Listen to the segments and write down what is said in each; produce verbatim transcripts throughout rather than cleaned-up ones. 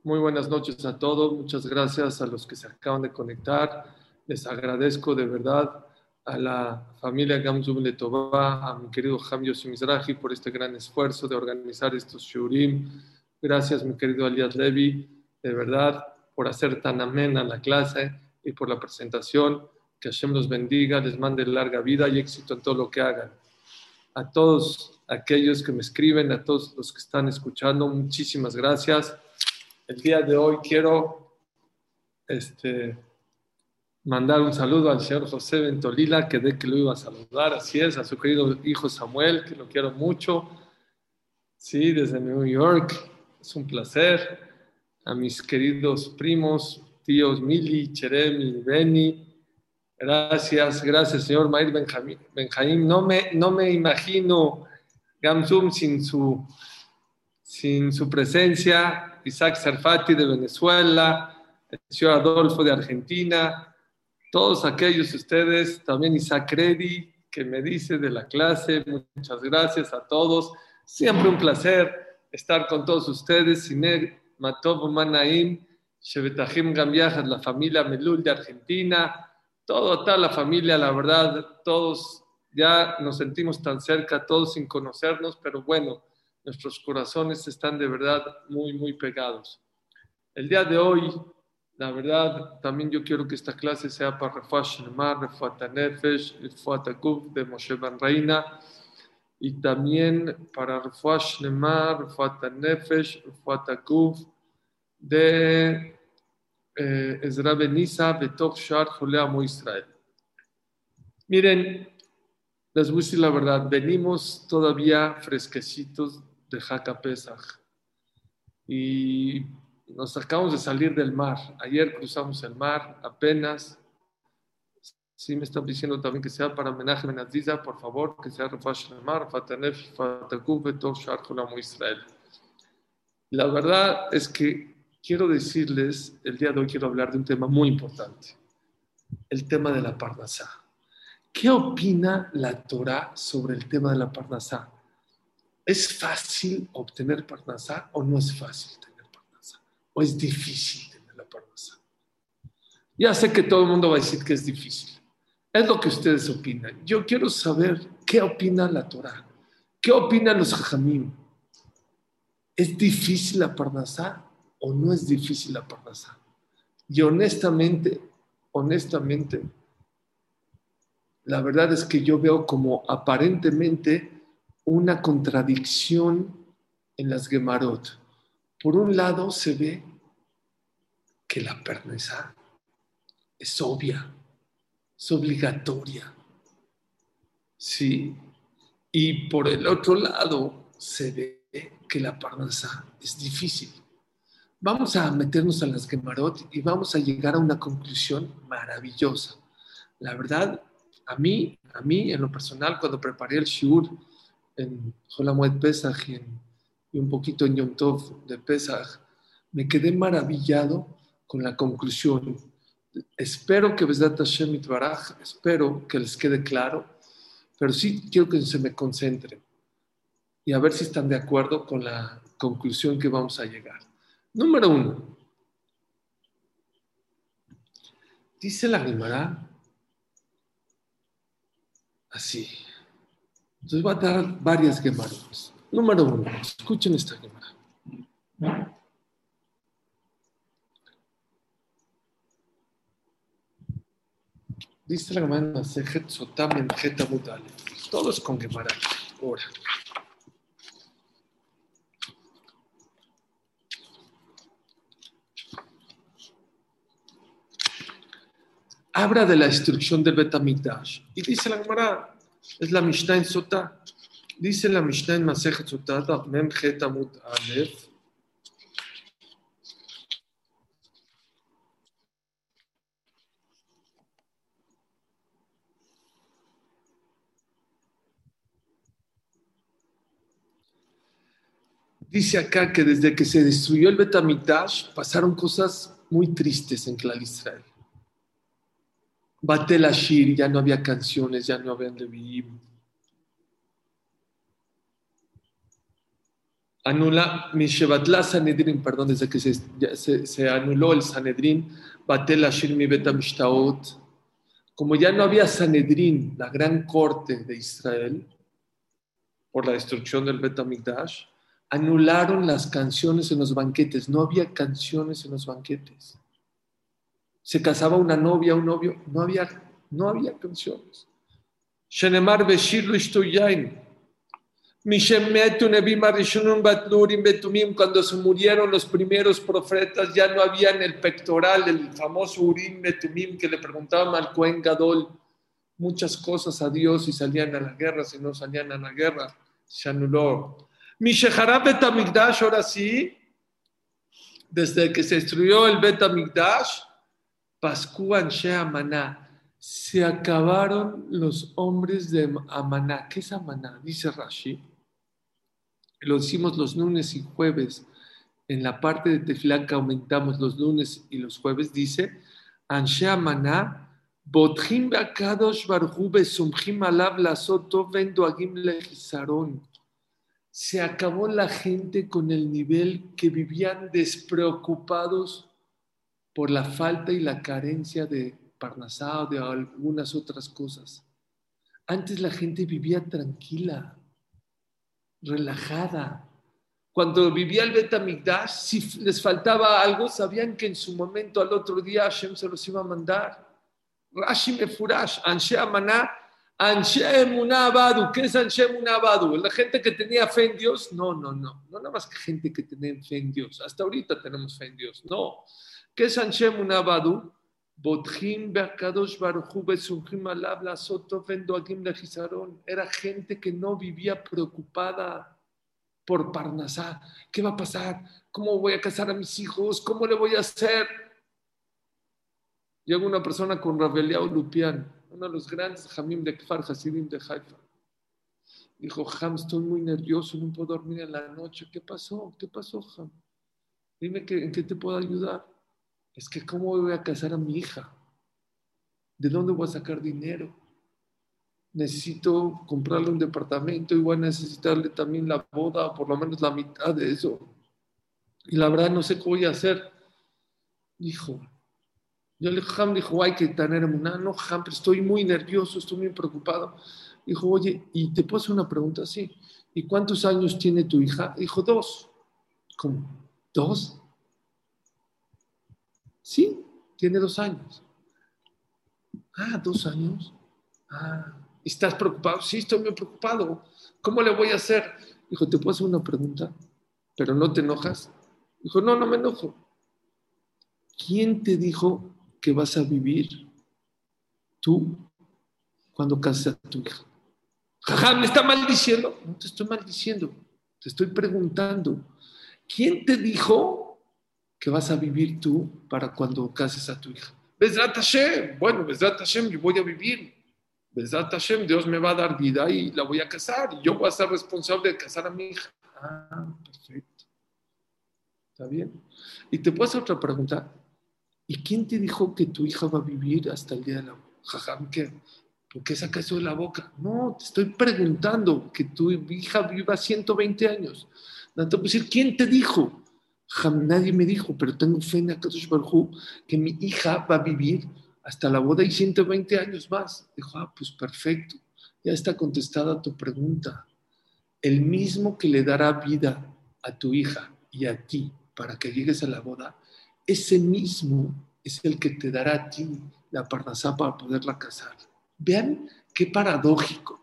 Muy buenas noches a todos. Muchas gracias a los que se acaban de conectar. Les agradezco de verdad a la familia Gamzum Letová, a mi querido Ham Yossi Mizrahi por este gran esfuerzo de organizar estos shurim. Gracias, mi querido Aliad Levi, de verdad, por hacer tan amena la clase y por la presentación. Que Hashem los bendiga, les mande larga vida y éxito en todo lo que hagan. A todos aquellos que me escriben, a todos los que están escuchando, muchísimas gracias. El día de hoy quiero este, mandar un saludo al señor José Ventolila, que de que lo iba a saludar, así es, a su querido hijo Samuel, que lo quiero mucho, sí, desde New York, es un placer, a mis queridos primos, tíos Mili, Cheremi, Beni, gracias, gracias señor Mair Benjamín, Benjamín. No me, no me imagino Gamsum sin su, sin su presencia, Isaac Sarfati de Venezuela, el señor Adolfo de Argentina, todos aquellos ustedes, también Isaac Redi, que me dice de la clase, muchas gracias a todos, siempre un placer estar con todos ustedes, Sineg Matov Manaim, Shevetahim Gambiajas, la familia Melul de Argentina, toda tal la familia, la verdad, todos ya nos sentimos tan cerca, todos sin conocernos, pero bueno, nuestros corazones están de verdad muy, muy pegados. El día de hoy, la verdad, también yo quiero que esta clase sea para Refuah Shlema, Refuah Nefesh, Refuah Guf de Moshe Ben Reina, y también para Refuah Shlema, Refuah Nefesh, Refuah Guf de eh, Ezra Ben Isa, Betoch Shar Jolea Mo Israel. Miren, les voy a decir la verdad, venimos todavía fresquecitos de Haka Pesach y nos acabamos de salir del mar. Ayer cruzamos el mar apenas. Sí me están diciendo también que sea para homenaje a Benaziza, por favor, que sea Refash el mar, Fatanef, Fatakub, Betor, Shar, Jolam, Israel. La verdad es que quiero decirles, el día de hoy quiero hablar de un tema muy importante, el tema de la Parnasá. ¿Qué opina la Torah sobre el tema de la Parnasá? ¿Es fácil obtener Parnasá o no es fácil tener Parnasá? ¿O es difícil tener la Parnasá? Ya sé que todo el mundo va a decir que es difícil. Es lo que ustedes opinan. Yo quiero saber qué opina la Torah. ¿Qué opinan los Jajamim? ¿Es difícil la Parnasá o no es difícil la Parnasá? Y honestamente, honestamente, la verdad es que yo veo como aparentemente una contradicción en las Gemarot. Por un lado se ve que la Parnasá es obvia, es obligatoria. Sí. Y por el otro lado se ve que la Parnasá es difícil. Vamos a meternos a las Gemarot y vamos a llegar a una conclusión maravillosa. La verdad, a mí, a mí en lo personal, cuando preparé el shiur en Hol HaMoed Pesach y, en, y un poquito en Yom Tov de Pesach, me quedé maravillado con la conclusión. Espero que Besdat Hashem Itbaraj, espero que les quede claro, pero sí quiero que se me concentren y a ver si están de acuerdo con la conclusión que vamos a llegar. Número uno, dice la Gemara así. Entonces va a dar varias Gemarotas. Número uno, escuchen esta Gemara. Dice la Gemara Masejet Sotam en Geta Mudale. Todos con Gemara. Ahora. Habla de la destrucción del Bet HaMikdash. Y dice la Gemara, es la Mishnah en Sotá. Dice la Mishnah en Masejet Sotá, Mem Geta Mudale. Dice acá que desde que se destruyó el Bet HaMikdash pasaron cosas muy tristes en Klal Israel. Batel Ashir, ya no había canciones, ya no había Leviim. Anula, Mishebatla Sanedrin, perdón, desde que se, ya se, se anuló el Sanedrin, Batel Ashir mi Beta Mishtaot. Como ya no había Sanedrin, la gran corte de Israel, por la destrucción del Bet HaMikdash, anularon las canciones en los banquetes. No había canciones en los banquetes. Se casaba una novia, un novio, no había, no había canciones. Shenemar Beshir Lishtuyain. Cuando se murieron los primeros profetas, ya no había en el pectoral el famoso Urim Betumim que le preguntaban al Cohen Gadol muchas cosas a Dios y salían a la guerra, si no salían a la guerra, se anuló. Misheharab Bet HaMikdash, ahora sí, desde que se destruyó el Bet HaMikdash, Pascu Anshe Amaná, se acabaron los hombres de Amaná. ¿Qué es Amaná? Dice Rashi. Lo decimos los lunes y jueves. En la parte de Tefilá que aumentamos los lunes y los jueves, dice Anshe Amaná, Botjim Bakadosh Barhu Besumjim Alab Lasoto Vendoagim Legisaron. Se acabó la gente con el nivel que vivían despreocupados por la falta y la carencia de Parnasá o de algunas otras cosas. Antes la gente vivía tranquila, relajada. Cuando vivía el Bet HaMikdash, si les faltaba algo, sabían que en su momento, al otro día, Hashem se los iba a mandar. Rashi Mefurash, Anshe Amaná, Anshe Emuná Abadu. ¿Qué es Anshe Emuná Abadu? ¿La gente que tenía fe en Dios? No, no, no. No nada más que gente que tenía fe en Dios. Hasta ahorita tenemos fe en Dios. No. ¿Qué es Anshe Emuná Abadu? Botjim Be'akadosh Baruchu Besumjim Alab Lasoto Vendoagim Legisaron. Era gente que no vivía preocupada por Parnasá. ¿Qué va a pasar? ¿Cómo voy a casar a mis hijos? ¿Cómo le voy a hacer? Llega una persona con Rav Eliyahu Lupian, uno de los grandes Jamim de Kfar Hasidim de Haifa. Dijo, Ham, estoy muy nervioso, no puedo dormir en la noche. ¿Qué pasó? ¿Qué pasó, Ham? Dime que, en qué te puedo ayudar. Es que ¿cómo voy a casar a mi hija? ¿De dónde voy a sacar dinero? Necesito comprarle un departamento y voy a necesitarle también la boda, por lo menos la mitad de eso. Y la verdad no sé qué voy a hacer. Dijo, yo le dije, Ham, dijo, hay que tener un no, Ham, pero estoy muy nervioso, estoy muy preocupado. Dijo, oye, ¿y te puedo hacer una pregunta así? ¿Y cuántos años tiene tu hija? Dijo, dos. ¿Cómo? ¿Dos? Sí, tiene dos años. Ah, dos años. Ah, ¿estás preocupado? Sí, estoy muy preocupado. ¿Cómo le voy a hacer? Dijo, ¿te puedo hacer una pregunta? ¿Pero no te enojas? Dijo, no, no me enojo. ¿Quién te dijo que vas a vivir tú cuando cases a tu hija? Jajá, ¿me está maldiciendo? No te estoy maldiciendo, te estoy preguntando. ¿Quién te dijo que vas a vivir tú para cuando cases a tu hija? Bezrat Hashem. Bueno, Bezrat Hashem, yo voy a vivir. Bezrat Hashem, Dios me va a dar vida y la voy a casar. Y yo voy a ser responsable de casar a mi hija. Ah, perfecto. ¿Está bien? Y te puedo hacer otra pregunta. ¿Y quién te dijo que tu hija va a vivir hasta el día de la jajam? ¿Qué? ¿Por qué sacas eso de la boca? No, te estoy preguntando que tu hija viva ciento veinte años. No te puedo decir, ¿quién te dijo? Jam, nadie me dijo, pero tengo fe en Akadosh Baruj Hu que mi hija va a vivir hasta la boda y ciento veinte años más. Dijo, ah, pues perfecto. Ya está contestada tu pregunta. El mismo que le dará vida a tu hija y a ti para que llegues a la boda, ese mismo es el que te dará a ti la parnasá para poderla casar. Vean qué paradójico.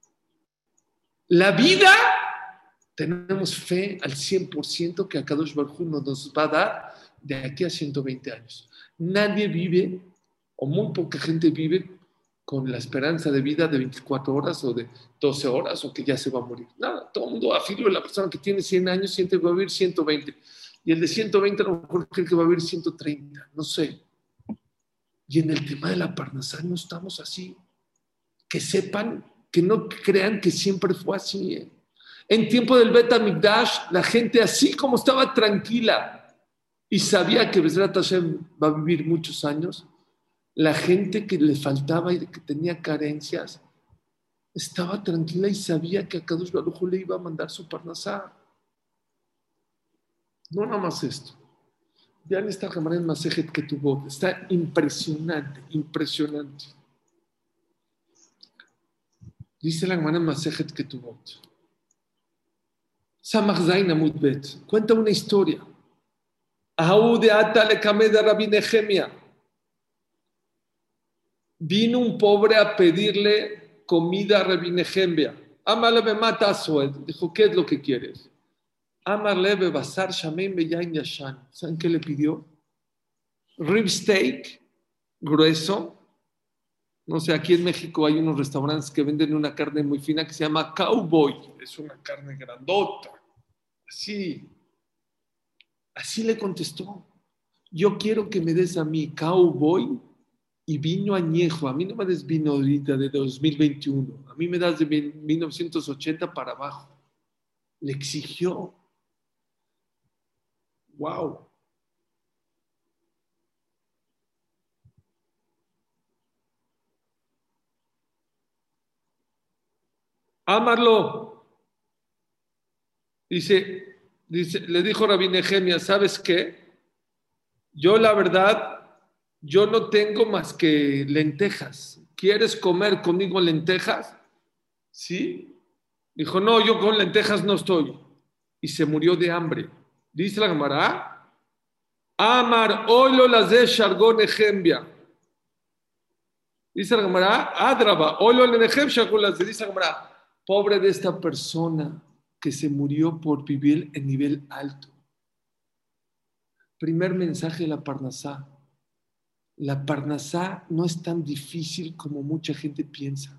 La vida, tenemos fe al cien por ciento que Akadosh Baruj Hu nos va a dar de aquí a ciento veinte años. Nadie vive, o muy poca gente vive, con la esperanza de vida de veinticuatro horas o de doce horas o que ya se va a morir. Nada, todo el mundo afirma, la persona que tiene cien años siente que va a vivir ciento veinte. Y el de ciento veinte a lo mejor cree que va a vivir ciento treinta, no sé. Y en el tema de la parnasá no estamos así. Que sepan, que no crean que siempre fue así. ¿eh? En tiempo del Bet HaMikdash, la gente así como estaba tranquila y sabía que Bezrat Hashem va a vivir muchos años, la gente que le faltaba y que tenía carencias, estaba tranquila y sabía que a Akadosh Baruj Hu le iba a mandar su parnasá. No nada más esto. Vean esta Gemara en Masejet Ketubot. Está impresionante, impresionante. Dice la Gemara en Masejet Ketubot. Samach Zain Amud Bet. Cuenta una historia. Ahú de Ata le Kameh de Rabbi Nehemia. Vino un pobre a pedirle comida a Rabbi Nehemia. Amale me mata a Sued. Dijo, ¿qué es lo que quieres? Amarle be basar shamein be yain yashan. ¿Saben qué le pidió? Rib steak grueso. No sé, aquí en México hay unos restaurantes que venden una carne muy fina que se llama cowboy. Es una carne grandota. Así. Así le contestó. Yo quiero que me des a mí cowboy y vino añejo. A mí no me des vino ahorita de dos mil veintiuno. A mí me das de mil novecientos ochenta para abajo. Le exigió. Wow. Ámarlo. Dice, dice, le dijo Rabbi Nehemia, ¿sabes qué? Yo la verdad, yo no tengo más que lentejas. ¿Quieres comer conmigo lentejas? Sí. Dijo, no, yo con lentejas no estoy. Y se murió de hambre. Dice la Gemara, Amar, oilo las de Shargón Ejembia. Dice la Gemara, Adraba, oilo el Nehem Shargón las de. Dice la Gemara, pobre de esta persona que se murió por vivir en nivel alto. Primer mensaje de la Parnasá. La Parnasá no es tan difícil como mucha gente piensa.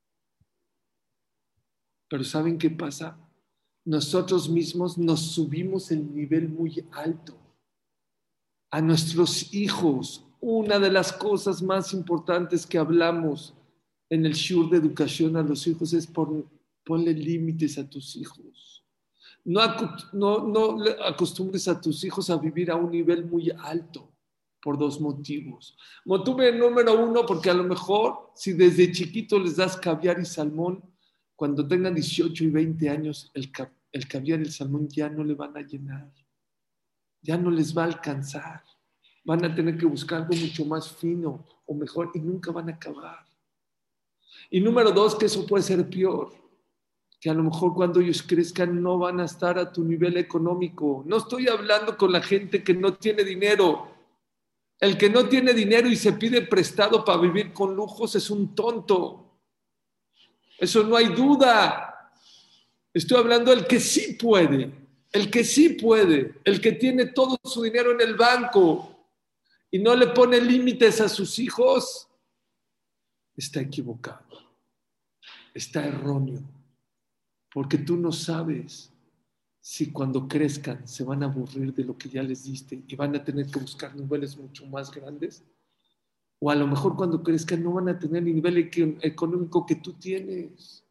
Pero ¿saben qué pasa? Nosotros mismos nos subimos el nivel muy alto. A nuestros hijos, una de las cosas más importantes que hablamos en el shur de educación a los hijos es por, ponle límites a tus hijos. No, no, no acostumbres a tus hijos a vivir a un nivel muy alto por dos motivos. Motivo número uno, porque a lo mejor si desde chiquito les das caviar y salmón, cuando tengan dieciocho y veinte años, el, el caviar y el salmón ya no le van a llenar. Ya no les va a alcanzar. Van a tener que buscar algo mucho más fino o mejor y nunca van a acabar. Y número dos, que eso puede ser peor. Que a lo mejor cuando ellos crezcan no van a estar a tu nivel económico. No estoy hablando con la gente que no tiene dinero. El que no tiene dinero y se pide prestado para vivir con lujos es un tonto. Eso no hay duda. Estoy hablando del que sí puede. El que sí puede. El que tiene todo su dinero en el banco y no le pone límites a sus hijos, está equivocado. Está erróneo. Porque tú no sabes si cuando crezcan se van a aburrir de lo que ya les diste y van a tener que buscar niveles mucho más grandes. O a lo mejor cuando crezcan no van a tener el nivel económico que tú tienes.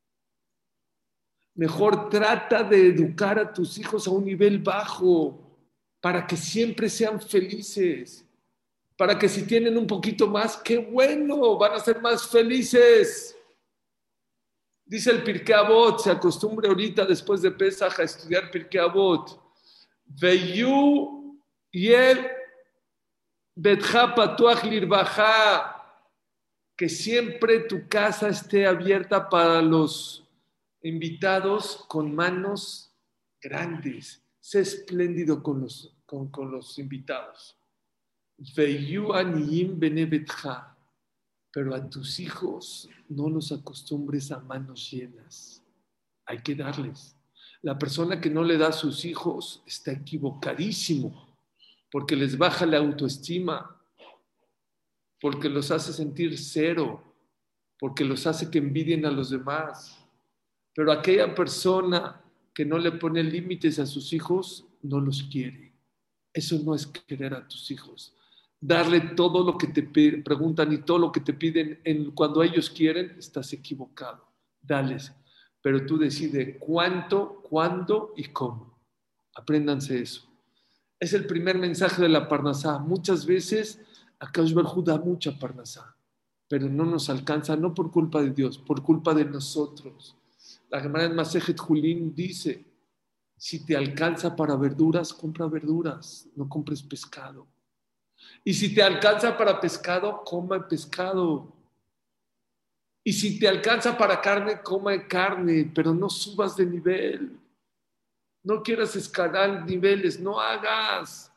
Mejor trata de educar a tus hijos a un nivel bajo para que siempre sean felices. Para que si tienen un poquito más, ¡qué bueno! Van a ser más felices. Dice el Pirkei Avot, se acostumbra ahorita después de Pesaj a estudiar Pirkei Avot. Veyu yel betja patuach lirbaja. Que siempre tu casa esté abierta para los invitados con manos grandes. Sé espléndido con los, con, con los invitados. Veyu aniyim bene betja. Pero a tus hijos no los acostumbres a manos llenas. Hay que darles. La persona que no le da a sus hijos está equivocadísimo porque les baja la autoestima, porque los hace sentir cero, porque los hace que envidien a los demás. Pero aquella persona que no le pone límites a sus hijos no los quiere. Eso no es querer a tus hijos. Darle todo lo que te preguntan y todo lo que te piden en, cuando ellos quieren, estás equivocado. Dales. Pero tú decides cuánto, cuándo y cómo. Apréndanse eso. Es el primer mensaje de la Parnasá. Muchas veces Akadosh Baruj Hu da mucha Parnasá, pero no nos alcanza, no por culpa de Dios, por culpa de nosotros. La Gemara en Masejet Julín dice Si te alcanza para verduras, compra verduras, no compres pescado. Y si te alcanza para pescado, coma pescado. Y si te alcanza para carne, coma carne, pero no subas de nivel. No quieras escalar niveles, no hagas.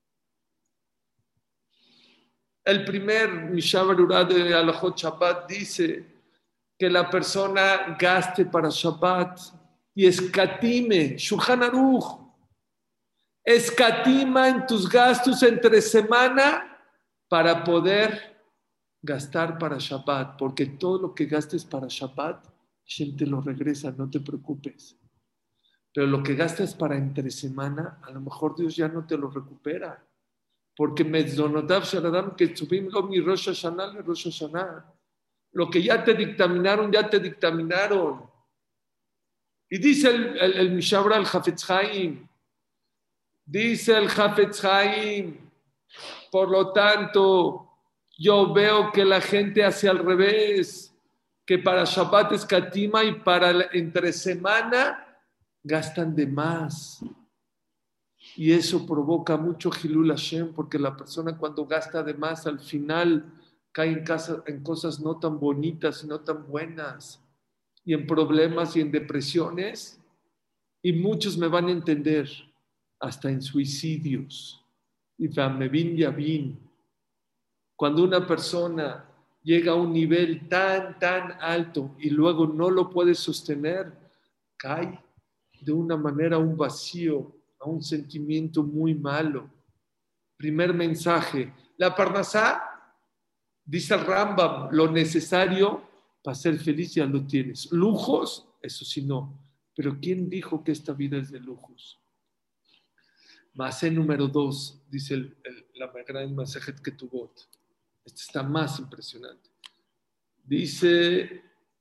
El primer Mishnah Berurah de Alajot Shabbat dice que la persona gaste para Shabbat y escatime, Shulchan Aruch, escatima en tus gastos entre semana para poder gastar para Shabbat, porque todo lo que gastes para Shabbat, Hashem te lo regresa, no te preocupes. Pero lo que gastas para entre semana, a lo mejor Dios ya no te lo recupera. Porque Mezdonotav Sharadam que subim lo mi Rosh Hashanah le Rosh Hashanah. Lo que ya te dictaminaron, ya te dictaminaron. Y dice el, el, el Mishabra al Hafetz Haim, dice el Hafetz Haim, por lo tanto, yo veo que la gente hace al revés, que para Shabbat escatima y para entre semana gastan de más. Y eso provoca mucho Hilul Hashem, porque la persona cuando gasta de más, al final cae en, casa, en cosas no tan bonitas y no tan buenas, y en problemas y en depresiones, y muchos me van a entender, hasta en suicidios. Y Famevin Yavin, cuando una persona llega a un nivel tan, tan alto y luego no lo puede sostener, cae de una manera a un vacío, a un sentimiento muy malo. Primer mensaje, la Parnasá, dice el Rambam, lo necesario para ser feliz ya lo tienes. Lujos, eso sí no. Pero ¿quién dijo que esta vida es de lujos? Masé número dos, dice el, el, la gran Masejet Ketubot. Este está más impresionante. Dice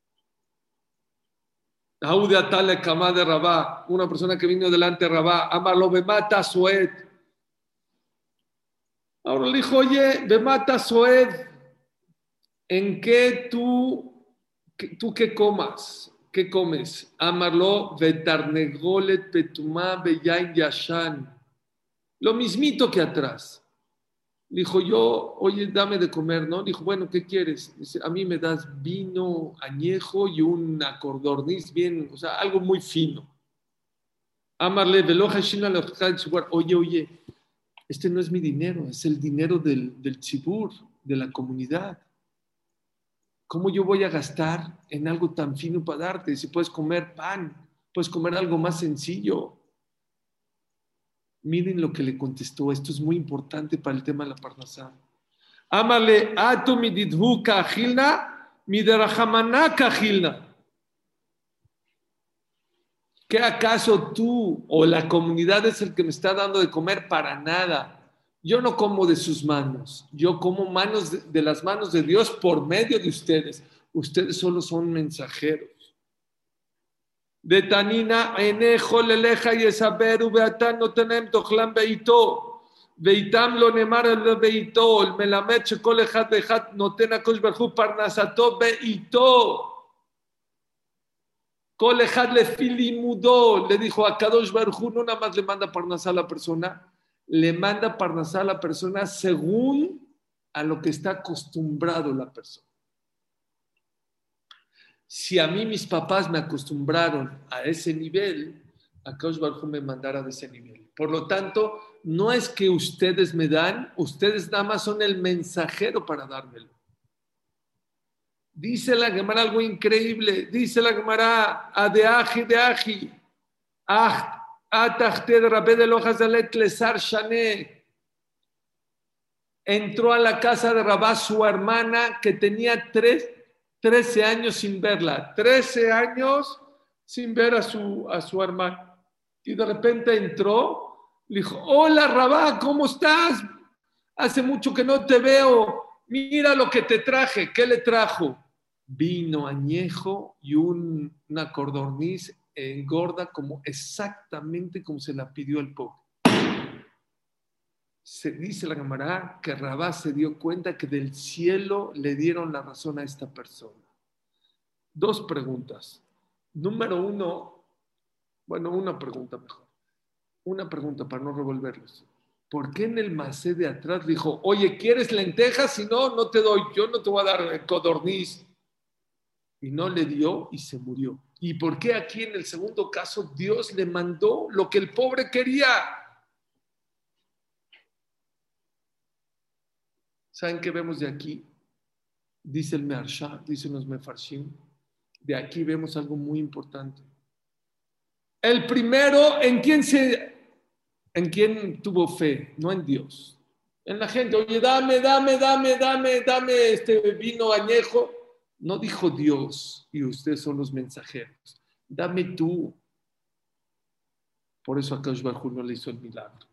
Audi Atale Kamá de Rabá, una persona que vino delante de Rabá, Amalo Bemata Sued. Ahora le dijo, oye, Bemata Sued, ¿en qué tú, qué, tú qué comas? ¿Qué comes? Amarlo Betarnegolet Petumá Beyain Yashan. Lo mismito que atrás. Dijo yo, oye, dame de comer, ¿no? Dijo, bueno, ¿qué quieres? Dice, a mí me das vino añejo y una codorniz bien, o sea, algo muy fino. Amarle, veloja, shina, oye, oye, este no es mi dinero, es el dinero del, del tzibur, de la comunidad. ¿Cómo yo voy a gastar en algo tan fino para darte? Si puedes comer pan, puedes comer algo más sencillo. Miren lo que le contestó. Esto es muy importante para el tema de la parnasá. Amale atu mididhu kahilna miderahamana kahilna. ¿Qué acaso tú o la comunidad es el que me está dando de comer? Para nada. Yo no como de sus manos. Yo como manos de, de las manos de Dios por medio de ustedes. Ustedes solo son mensajeros. De Tanina, enejo leleja y esaberu beatan no tenem tochlam beito. Beitam lo nemar el beito. El melamed shekol ejat behat noten akosh berhu parnasato beito. Kol ejat le filimudó. Le dijo a Kadosh Baruj Hu, no nada más le manda parnasá a la persona, le manda parnasá a la persona según a lo que está acostumbrado la persona. Si a mí mis papás me acostumbraron a ese nivel, a Kadosh Baruj Hu me mandara de ese nivel. Por lo tanto, no es que ustedes me dan, ustedes nada más son el mensajero para dármelo. Dice la Gemara algo increíble. Dice la Gemara, Adeaji, Deaji, Ah, Atachte de Rabé de Lojas de Letlesar Shané. Entró a la casa de Rabá su hermana que tenía tres, trece años sin verla. trece años sin ver a su, a su hermana. Y de repente entró, le dijo, hola Rabá, ¿cómo estás? Hace mucho que no te veo. Mira lo que te traje. ¿Qué le trajo? Vino añejo y un, una codorniz engorda como exactamente como se la pidió el pobre. Se dice la Gemara que Rabá se dio cuenta que del cielo le dieron la razón a esta persona. Dos preguntas. Número uno, bueno, una pregunta mejor. Una pregunta para no revolverlos. ¿Por qué en el macé de atrás dijo, oye, ¿quieres lentejas? Si no, no te doy, yo no te voy a dar codorniz? Y no le dio y se murió. ¿Y por qué aquí en el segundo caso Dios le mandó lo que el pobre quería? ¿Saben qué vemos de aquí? Dice el Meharsha, dicen los Mefarshim. De aquí vemos algo muy importante. El primero, ¿en quién se, en quién tuvo fe? No en Dios. En la gente, oye, dame, dame, dame, dame, dame este vino añejo. No dijo Dios, y ustedes son los mensajeros. Dame tú. Por eso a Akash Barjú no le hizo el milagro.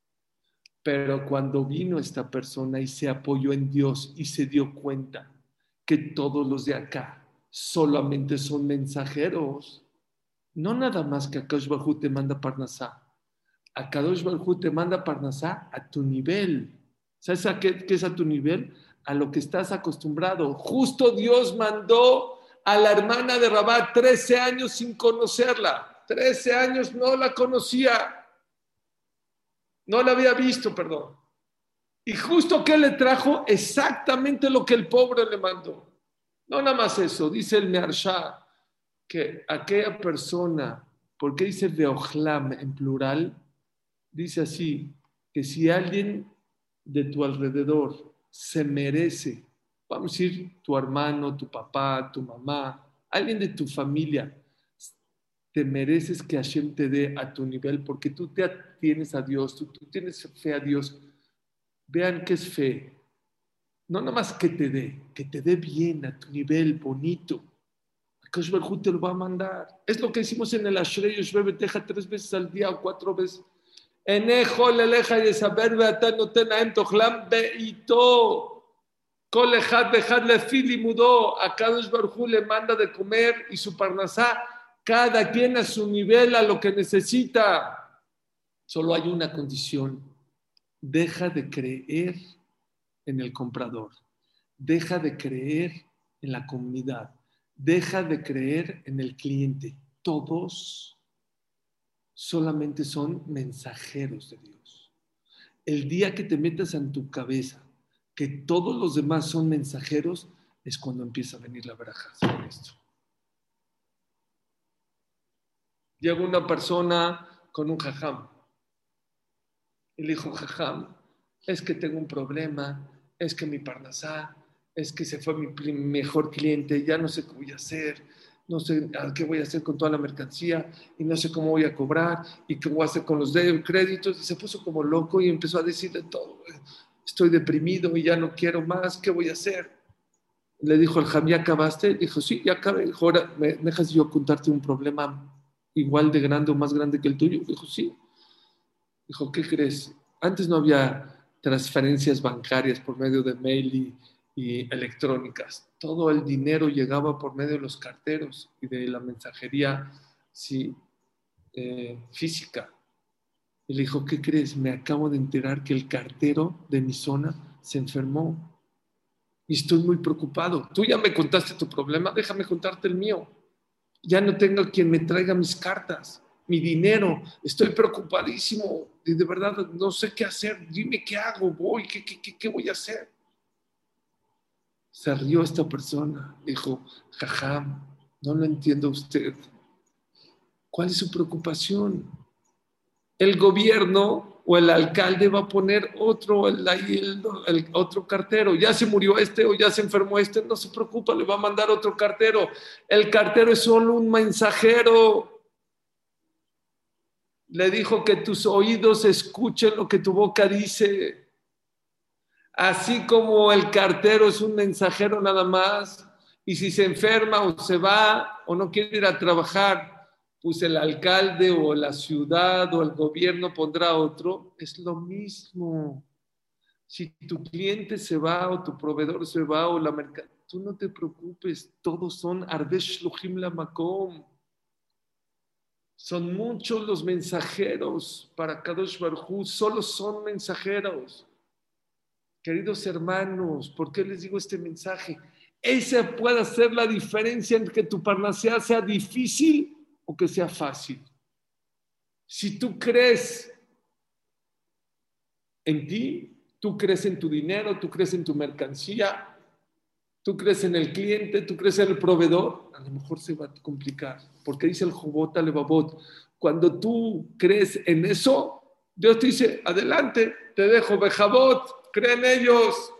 Pero cuando vino esta persona y se apoyó en Dios y se dio cuenta que todos los de acá solamente son mensajeros, no nada más que Akash Barjú te manda Parnasá. Akadosh Barjú te manda Parnasá a tu nivel. ¿Sabes a qué, qué es a tu nivel? A lo que estás acostumbrado. Justo Dios mandó a la hermana de Rabat trece años sin conocerla. trece años no la conocía. No la había visto, perdón. Y justo que le trajo exactamente lo que el pobre le mandó. No nada más eso. Dice el Meharsha que aquella persona, ¿por qué dice Veochlam en plural? Dice así, que si alguien de tu alrededor se merece, vamos a decir tu hermano, tu papá, tu mamá, alguien de tu familia, te mereces que Hashem te dé a tu nivel porque tú te tienes a Dios, tú, tú tienes fe a Dios. Vean qué es fe. No nada más que te dé, que te dé bien a tu nivel, bonito. Akash Barjú te lo va a mandar. Es lo que hicimos en el Ashrei Yoshve Beteja tres veces al día o cuatro veces. Enejo leleja y saber beata no tenaem tochlam beito. Colejat dejad le fili mudó. A Kadosh Barjú le manda de comer y su parnasá. Cada quien a su nivel, a lo que necesita. Solo hay una condición. Deja de creer en el comprador. Deja de creer en la comunidad. Deja de creer en el cliente. Todos solamente son mensajeros de Dios. El día que te metas en tu cabeza que todos los demás son mensajeros, es cuando empieza a venir la veraja sobre esto. Llega una persona con un jajam y le dijo, jajam, es que tengo un problema, es que mi parnasá, es que se fue mi mejor cliente, ya no sé qué voy a hacer, no sé qué voy a hacer con toda la mercancía y no sé cómo voy a cobrar y qué voy a hacer con los créditos. Y se puso como loco y empezó a decirle todo. Estoy deprimido y ya no quiero más, ¿qué voy a hacer? Le dijo el jam, ¿ya acabaste? Dijo, sí, ya acabé. Dijo, ahora, ¿me dejas yo contarte un problema igual de grande o más grande que el tuyo? Dijo, sí. Dijo, ¿qué crees? Antes no había transferencias bancarias por medio de mail y, y electrónicas. Todo el dinero llegaba por medio de los carteros y de la mensajería sí, eh, física. Y le dijo, ¿qué crees? Me acabo de enterar que el cartero de mi zona se enfermó y estoy muy preocupado. Tú ya me contaste tu problema, déjame contarte el mío. Ya no tengo quien me traiga mis cartas, mi dinero. Estoy preocupadísimo y de verdad no sé qué hacer. Dime qué hago, voy, qué, qué, qué, qué voy a hacer. Se rió esta persona, dijo, jajam, no lo entiendo usted. ¿Cuál es su preocupación? El gobierno o el alcalde va a poner otro, el, el, el, otro cartero. Ya se murió este o ya se enfermó este, no se preocupa, le va a mandar otro cartero. El cartero es solo un mensajero. Le dijo que tus oídos escuchen lo que tu boca dice. Así como el cartero es un mensajero nada más, y si se enferma o se va o no quiere ir a trabajar, pues el alcalde o la ciudad o el gobierno pondrá otro, es lo mismo. Si tu cliente se va o tu proveedor se va o la mercancía, tú no te preocupes, todos son Ardesh Lohim la Makom. Son muchos los mensajeros para Kadosh Barjú, solo son mensajeros. Queridos hermanos, ¿por qué les digo este mensaje? Esa puede hacer la diferencia en que tu parnasía sea difícil o que sea fácil. Si tú crees en ti, tú crees en tu dinero, tú crees en tu mercancía, tú crees en el cliente, tú crees en el proveedor, a lo mejor se va a complicar. Porque dice el Jobot Alevavot, cuando tú crees en eso, Dios te dice, adelante, te dejo, Bejabot, cree en ellos.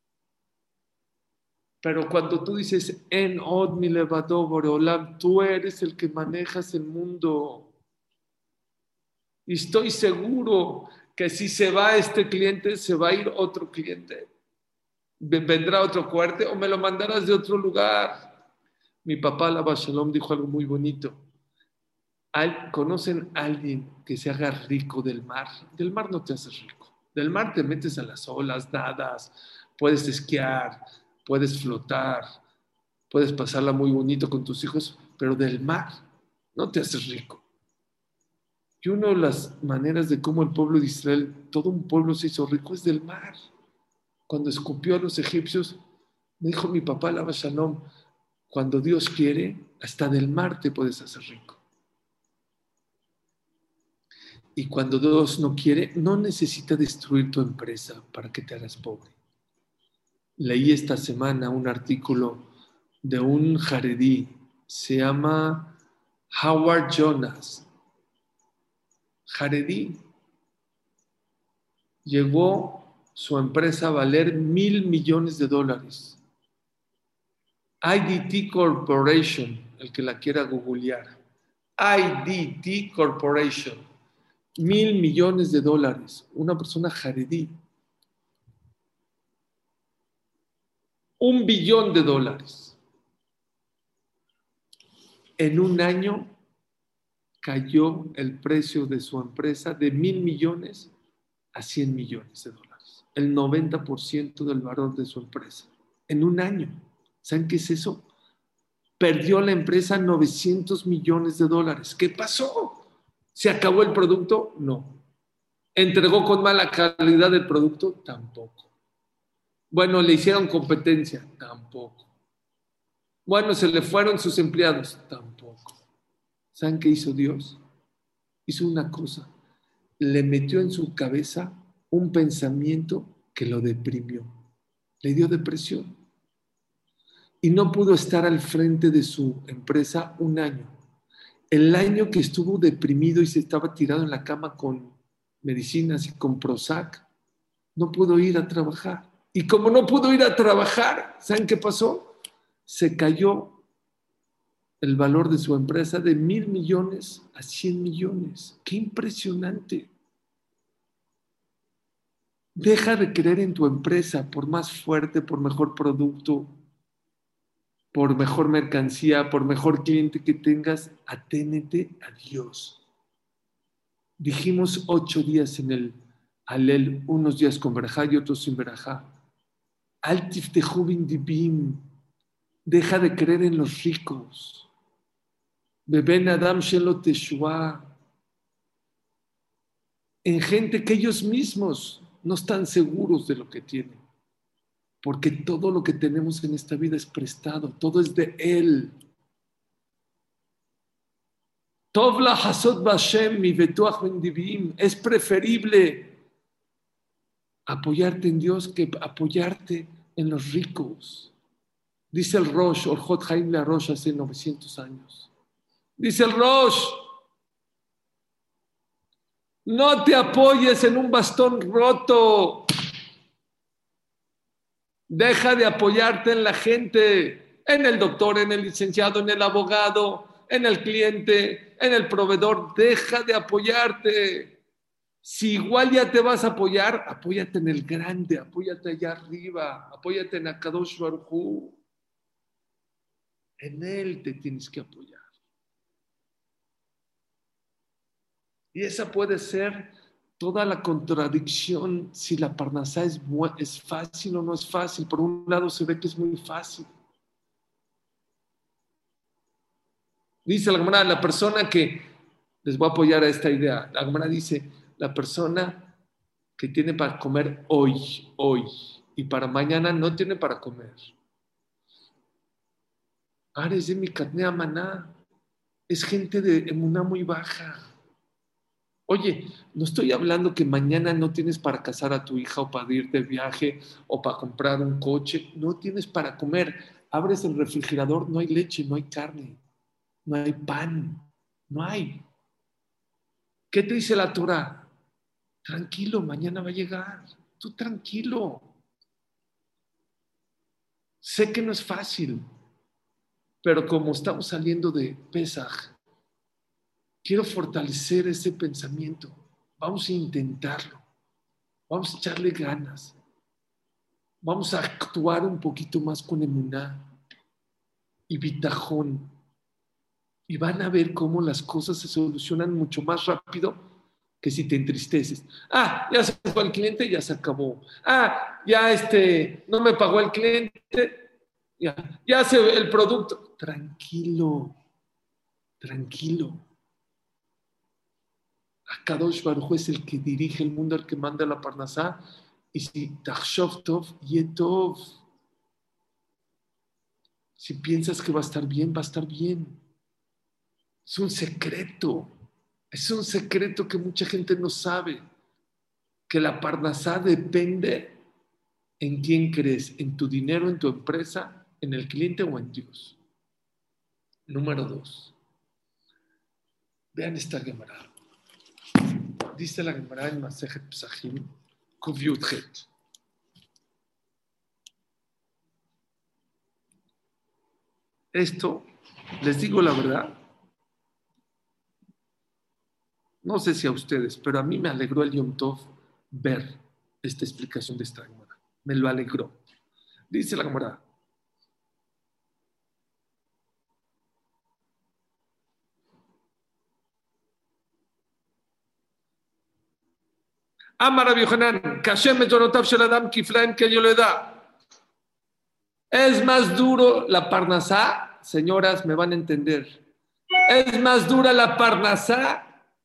Pero cuando tú dices, en od mi levado boreolam, tú eres el que manejas el mundo. Y estoy seguro que si se va este cliente, se va a ir otro cliente. Vendrá otro cuarte o me lo mandarás de otro lugar. Mi papá, la Shalom, dijo algo muy bonito. ¿Conocen a alguien que se haga rico del mar? Del mar no te haces rico. Del mar te metes a las olas, nadas, puedes esquiar, puedes flotar, puedes pasarla muy bonito con tus hijos, pero del mar no te haces rico. Y una de las maneras de cómo el pueblo de Israel, todo un pueblo se hizo rico, es del mar. Cuando escupió a los egipcios, me dijo mi papá, Lava Shalom, cuando Dios quiere, hasta del mar te puedes hacer rico. Y cuando Dios no quiere, no necesita destruir tu empresa para que te hagas pobre. Leí esta semana un artículo de un jaredí, se llama Howard Jonas. Jaredí, llegó su empresa a valer mil millones de dólares. I D T Corporation, el que la quiera googlear. I D T Corporation, mil millones de dólares. Una persona jaredí. Un billón de dólares. En un año cayó el precio de su empresa de mil millones a cien millones de dólares. El noventa por ciento del valor de su empresa. En un año. ¿Saben qué es eso? Perdió la empresa novecientos millones de dólares. ¿Qué pasó? ¿Se acabó el producto? No. ¿Entregó con mala calidad el producto? Tampoco. Bueno, ¿le hicieron competencia? Tampoco. Bueno, ¿se le fueron sus empleados? Tampoco. ¿Saben qué hizo Dios? Hizo una cosa. Le metió en su cabeza un pensamiento que lo deprimió. Le dio depresión. Y no pudo estar al frente de su empresa un año. El año que estuvo deprimido y se estaba tirado en la cama con medicinas y con Prozac, no pudo ir a trabajar. Y como no pudo ir a trabajar, ¿saben qué pasó? Se cayó el valor de su empresa de mil millones a cien millones. ¡Qué impresionante! Deja de creer en tu empresa por más fuerte, por mejor producto, por mejor mercancía, por mejor cliente que tengas. Aténete a Dios. Dijimos ocho días en el Alel, unos días con verajá y otros sin verajá. Al tiftehu bin dibim. Deja de creer en los ricos. Beben Adam Shelo Teshua. En gente que ellos mismos no están seguros de lo que tienen. Porque todo lo que tenemos en esta vida es prestado, todo es de Él. Tov la hasod b'Hashem mi betuach ben divim. Es preferible apoyarte en Dios que apoyarte en los ricos. Dice el Rosh, Orjot Haim la Rosh hace novecientos años. Dice el Rosh, no te apoyes en un bastón roto. Deja de apoyarte en la gente, en el doctor, en el licenciado, en el abogado, en el cliente, en el proveedor. Deja de apoyarte. Si igual ya te vas a apoyar, apóyate en el grande, apóyate allá arriba, apóyate en Akadosh Baruj Hu. En él te tienes que apoyar. Y esa puede ser toda la contradicción si la parnasá es, es fácil o no es fácil. Por un lado se ve que es muy fácil. Dice la Gemara, la persona que, les voy a apoyar a esta idea, la Gemara dice, la persona que tiene para comer hoy, hoy, y para mañana no tiene para comer. Ares de mi catnea maná, es gente de emuná muy baja. Oye, no estoy hablando que mañana no tienes para casar a tu hija o para irte de viaje o para comprar un coche. No tienes para comer. Abres el refrigerador, no hay leche, no hay carne, no hay pan, no hay. ¿Qué te dice la Torah? Tranquilo, mañana va a llegar. Tú tranquilo. Sé que no es fácil, pero como estamos saliendo de Pesaj, quiero fortalecer ese pensamiento. Vamos a intentarlo. Vamos a echarle ganas. Vamos a actuar un poquito más con emuná y bitajón. Y van a ver cómo las cosas se solucionan mucho más rápido que si te entristeces. Ah, ya se fue el cliente, ya se acabó. Ah, ya este, no me pagó el cliente, ya, ya se el producto. Tranquilo, tranquilo. Akadosh Baruj Hu es el que dirige el mundo, el que manda la parnasá. Y si tachshov tov, yetov. Si piensas que va a estar bien, va a estar bien. Es un secreto. Es un secreto que mucha gente no sabe. Que la parnasá depende en quién crees, en tu dinero, en tu empresa, en el cliente o en Dios. Número dos. Vean esta Gemara. Dice la Gemara en Masejet Pesachim, Kuf Yud Het. Esto, les digo la verdad, no sé si a ustedes, pero a mí me alegró el Yom Tov ver esta explicación de esta Gemara. Me lo alegró. Dice la Gemara. Amar Rabbi Yohanan, Kashem metonotav shel adam kiflaim que yo le da. Es más duro la parnasá, señoras, me van a entender. Es más dura la parnasá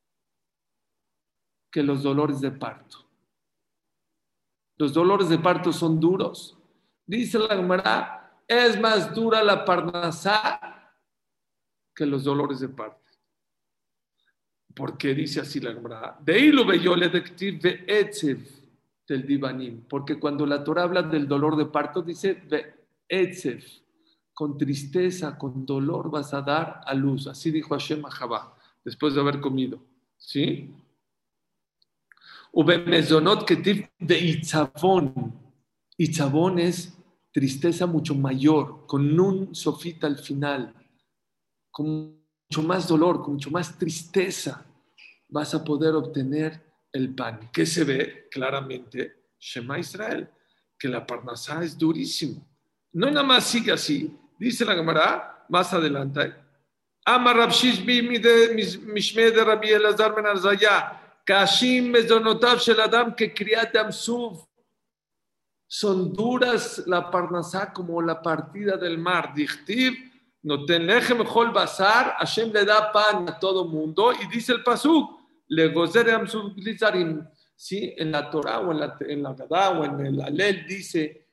que los dolores de parto. Los dolores de parto son duros. Dice la Gemara, es más dura la parnasá que los dolores de parto. ¿Por qué dice así la Gemara? Veilo beyole dektiv ve'etzev del divanim. Porque cuando la Torah habla del dolor de parto, dice ve'etzev. Con tristeza, con dolor vas a dar a luz. Así dijo Hashem a Javá, después de haber comido. ¿Sí? Ubemezonot ketiv de itzavón. Itzavón es tristeza mucho mayor, con un sofita al final, con mucho más dolor, con mucho más tristeza, vas a poder obtener el pan. ¿Qué se ve claramente? Shema Israel, que la parnasá es durísimo. No nada más sigue así. Dice la Gemara, más adelante, Amar Rab Shishbi mishme de Rabbi Elazar ben Arzaya, Kashim mezonotav shel adam que kriat amsuv. Son duras la parnasá como la partida del mar. Dichtiv, noten lechem echol basar, Hashem le da pan a todo mundo y dice el pasuk, le gozer amsuv glizarim. Sí, en la Torah o en la, en la Gadá o en el Alel dice,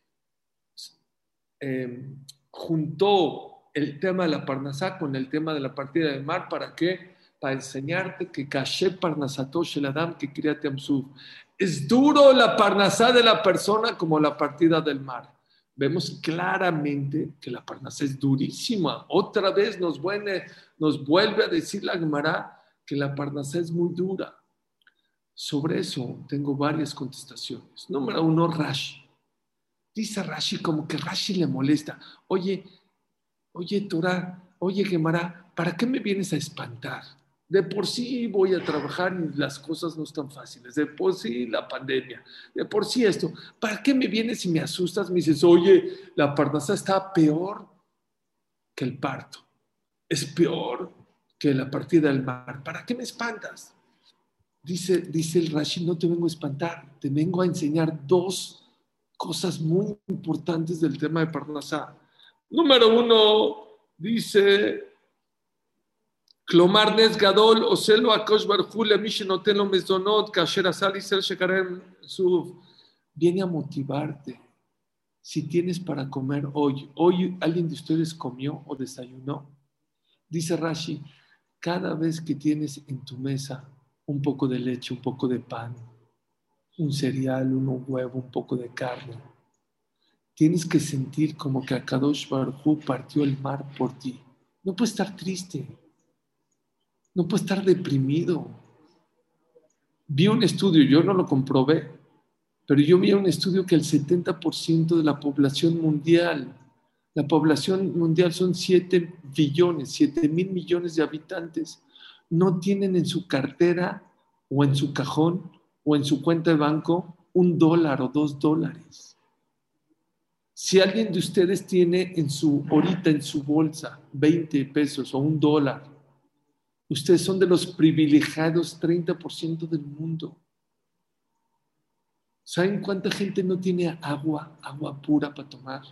eh, juntó el tema de la parnasá con el tema de la partida del mar. ¿Para qué? Para enseñarte que kashe parnasato shel adam que kriat amsuv. Es duro la parnasá de la persona como la partida del mar. Vemos claramente que la parnasá es durísima. Otra vez nos vuelve, nos vuelve a decir la Gemara que la parnasá es muy dura. Sobre eso tengo varias contestaciones. Número uno, Rashi. Dice Rashi como que Rashi le molesta. Oye, oye Torah, oye Gemara, ¿para qué me vienes a espantar? De por sí voy a trabajar y las cosas no están fáciles. De por sí la pandemia. De por sí esto. ¿Para qué me vienes y me asustas? Me dices, oye, la parnasá está peor que el parto. Es peor que la partida del mar. ¿Para qué me espantas? Dice, dice el Rashi, no te vengo a espantar. Te vengo a enseñar dos cosas muy importantes del tema de parnasá. Número uno, dice... כלומר נס גדול עושה לו הקדוש ברוך הוא למי שנותן לו מזונות כאשר עשה לישראל שקרם סוף. Viene a motivarte. Si tienes para comer hoy, hoy alguien de ustedes comió o desayunó. Dice Rashi, cada vez que tienes en tu mesa un poco de leche, un poco de pan, un cereal, un huevo, un poco de carne. Tienes que sentir como que Akadosh Baruj Hu partió el mar por ti. No puedes estar triste, no puedes estar deprimido. Vi un estudio, yo no lo comprobé, pero yo vi un estudio que el setenta por ciento de la población mundial, la población mundial son siete billones, siete mil millones de habitantes, no tienen en su cartera o en su cajón o en su cuenta de banco un dólar o dos dólares. Si alguien de ustedes tiene en su, ahorita en su bolsa veinte pesos o un dólar, ustedes son de los privilegiados treinta por ciento del mundo. ¿Saben cuánta gente no tiene agua, agua pura para tomar?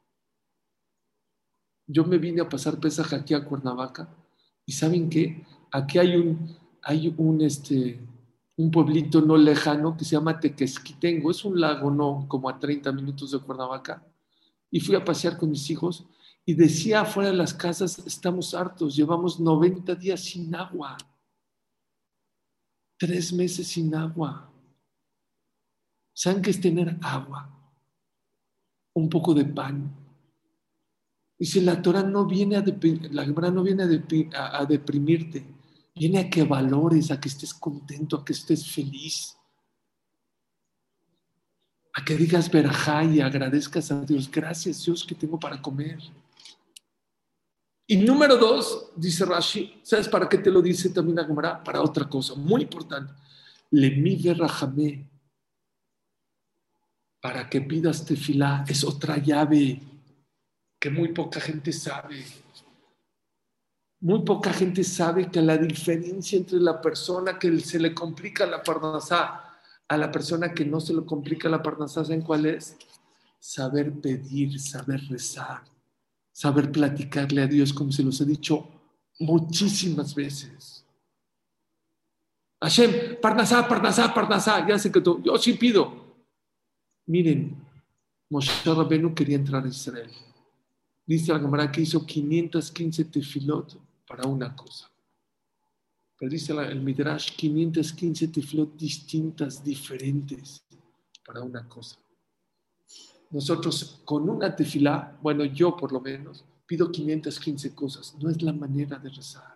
Yo me vine a pasar Pesaj aquí a Cuernavaca y ¿saben qué? Aquí hay un, hay un, este, un pueblito no lejano que se llama Tequesquitengo. Es un lago, no, como a treinta minutos de Cuernavaca. Y fui a pasear con mis hijos y decía afuera de las casas, estamos hartos, llevamos noventa días sin agua, tres meses sin agua. ¿Saben qué es tener agua? Un poco de pan. Dice, la Torah no viene a, la Gemara no viene a, depri- a, a deprimirte, viene a que valores, a que estés contento, a que estés feliz, a que digas verajá y agradezcas a Dios. Gracias, Dios, que tengo para comer. Y número dos, dice Rashi, ¿sabes para qué te lo dice también la Gemara? Para otra cosa, muy importante. Le mi verajamé, para que pidas tefilá, es otra llave que muy poca gente sabe. Muy poca gente sabe que la diferencia entre la persona que se le complica la parnasá a la persona que no se le complica la parnasá, ¿saben cuál es? Saber pedir, saber rezar, saber platicarle a Dios, como se los he dicho muchísimas veces. Hashem, parnasá, parnasá, parnasá, ya sé que tú, yo sí pido. Miren, Moshe Rabbeinu quería entrar a Israel. Dice la Gemara que hizo quinientos quince tefilot para una cosa. Pero dice el Midrash, quinientos quince tefilot distintas, diferentes, para una cosa. Nosotros con una tefilá, bueno, yo por lo menos, pido quinientas quince cosas. No es la manera de rezar.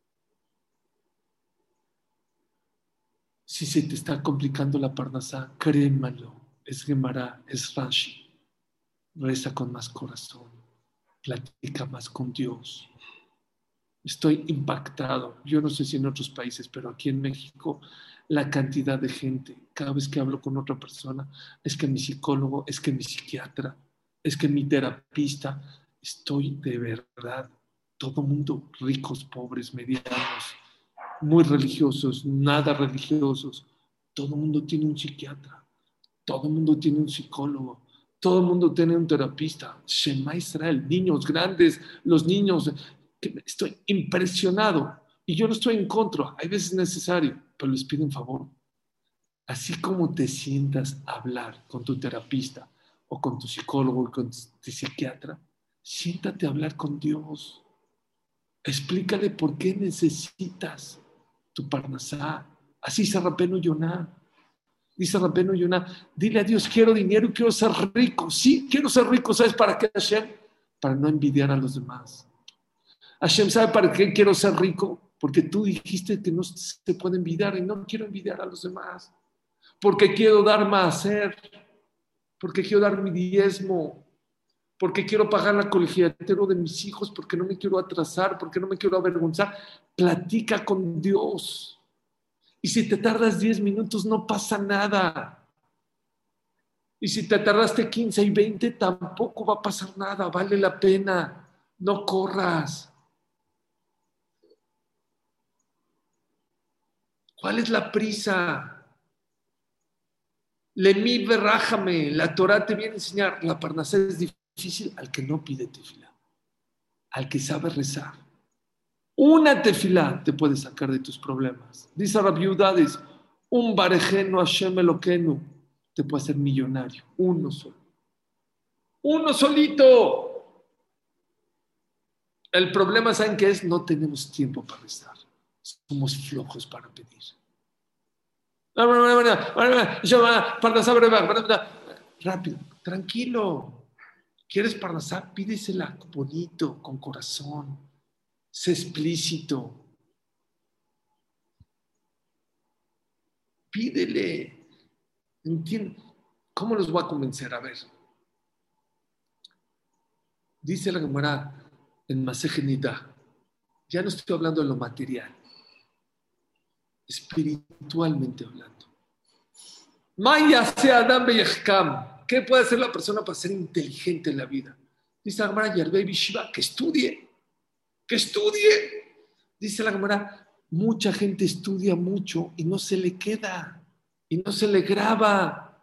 Si se te está complicando la parnasá, créemelo, es Gemara, es Rashi. Reza con más corazón, platica más con Dios. Estoy impactado. Yo no sé si en otros países, pero aquí en México, la cantidad de gente, cada vez que hablo con otra persona, es que mi psicólogo, es que mi psiquiatra, es que mi terapista, estoy de verdad, todo mundo, ricos, pobres, medianos, muy religiosos, nada religiosos, todo mundo tiene un psiquiatra, todo mundo tiene un psicólogo, todo el mundo tiene un terapista. Shema Israel, niños grandes, los niños, que estoy impresionado. Y yo no estoy en contra, hay veces necesario, pero les pido un favor. Así como te sientas a hablar con tu terapista o con tu psicólogo o con tu psiquiatra, siéntate a hablar con Dios. Explícale por qué necesitas tu parnasá. Así se Rabbeinu Yonah. Dice Rabbeinu Yonah, dile a Dios, quiero dinero y quiero ser rico. Sí, quiero ser rico. ¿Sabes para qué, Hashem? Para no envidiar a los demás. Hashem, ¿sabe para qué quiero ser rico? Porque tú dijiste que no se puede envidiar y no quiero envidiar a los demás. Porque quiero dar más hacer. Porque quiero dar mi diezmo. Porque quiero pagar la colegiatura de mis hijos. Porque no me quiero atrasar. Porque no me quiero avergonzar. Platica con Dios. Y si te tardas diez minutos, no pasa nada. Y si te tardaste quince y veinte, tampoco va a pasar nada. Vale la pena. No corras. ¿Cuál es la prisa? Lemí verrájame. La Torah te viene a enseñar. La parnasá es difícil al que no pide tefilá. Al que sabe rezar. Una tefilá te puede sacar de tus problemas. Dice Rabbi Udades, un barejeno Hashem Eloquenu te puede hacer millonario. Uno solo. Uno solito. El problema, ¿saben qué es? No tenemos tiempo para rezar. Somos flojos para pedir. Rápido, tranquilo. ¿Quieres parnasá? Pídesela bonito, con corazón. Sé explícito. Pídele. Entiende. ¿Cómo los voy a convencer? A ver. Dice la Gemara en Masejet Nida. Ya no estoy hablando de lo material. Espiritualmente hablando. Maya sea Adam Beyechkam. ¿Qué puede hacer la persona para ser inteligente en la vida? Dice la Gemara Yerbei Bishiva, que estudie. Que estudie. Dice la Gemara, mucha gente estudia mucho y no se le queda. Y no se le graba.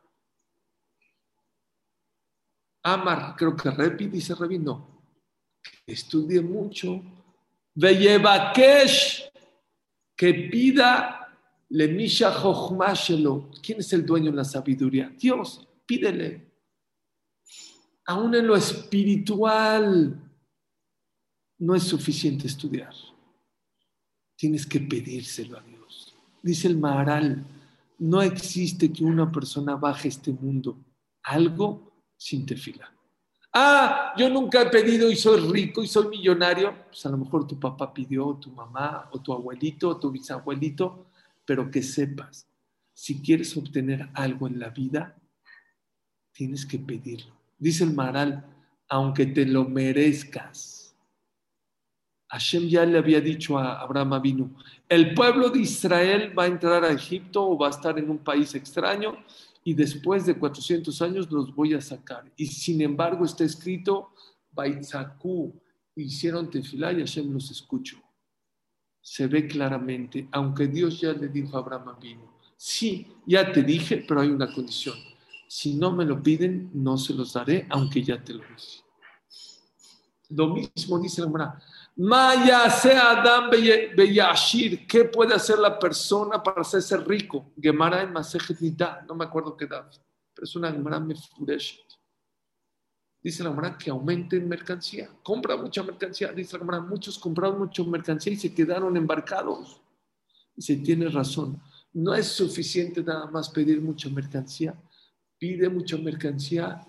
Amar, creo que Repi, dice Repi, no. Estudie mucho. Veyebakesh, que pida le misha jochmashelo. ¿Quién es el dueño de la sabiduría? Dios, pídele. Aún en lo espiritual no es suficiente estudiar. Tienes que pedírselo a Dios. Dice el Maharal, no existe que una persona baje este mundo algo sin tefila. Ah, yo nunca he pedido y soy rico y soy millonario. Pues a lo mejor tu papá pidió, o tu mamá, o tu abuelito, o tu bisabuelito, pero que sepas, si quieres obtener algo en la vida, tienes que pedirlo. Dice el Maharal, aunque te lo merezcas. Hashem ya le había dicho a Abraham Avinu, el pueblo de Israel va a entrar a Egipto o va a estar en un país extraño y después de cuatrocientos años los voy a sacar. Y sin embargo está escrito, Baitzaku, hicieron tefilá y Hashem los escuchó. Se ve claramente, aunque Dios ya le dijo a Abraham Avinu, sí, ya te dije, pero hay una condición. Si no me lo piden, no se los daré, aunque ya te lo dije. Lo mismo dice la Gemara. Maya sea Adam Beyashir. ¿Qué puede hacer la persona para hacerse rico? Gemara en Masejet Nida. No me acuerdo qué da, pero es una Gemara Mefureshet. Dice la Gemara que aumente en mercancía. Compra mucha mercancía. Dice la Gemara, muchos compraron mucha mercancía y se quedaron embarcados. Y se tiene razón. No es suficiente nada más pedir mucha mercancía. Pide mucha mercancía,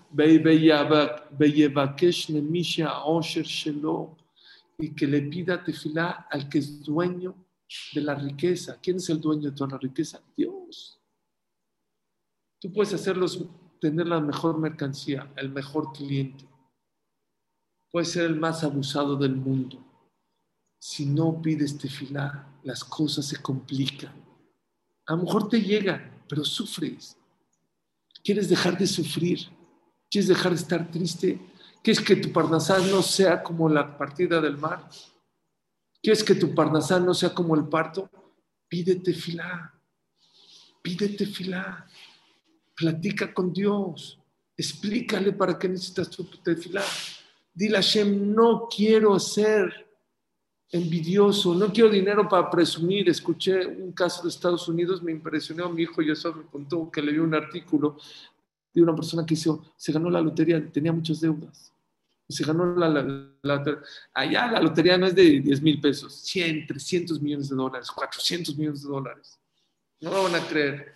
y que le pida tefilá al que es dueño de la riqueza. ¿Quién es el dueño de toda la riqueza? Dios. Tú puedes hacerlos tener la mejor mercancía, el mejor cliente. Puedes ser el más abusado del mundo. Si no pides tefilá, las cosas se complican. A lo mejor te llegan, pero sufres. ¿Quieres dejar de sufrir? ¿Quieres dejar de estar triste? ¿Quieres que tu parnasá no sea como la partida del mar? ¿Quieres que tu parnasá no sea como el parto? Pídete filá. Pídete filá. Platica con Dios. Explícale para qué necesitas tu tefilá. Dile a Hashem, no quiero ser envidioso, no quiero dinero para presumir. Escuché un caso de Estados Unidos, me impresionó. Mi hijo Yosef me contó que leyó un artículo de una persona que hizo, se ganó la lotería, tenía muchas deudas. Se ganó la, la, la, la allá la lotería no es de diez mil pesos, cien, trescientos millones de dólares, cuatrocientos millones de dólares. No lo van a creer.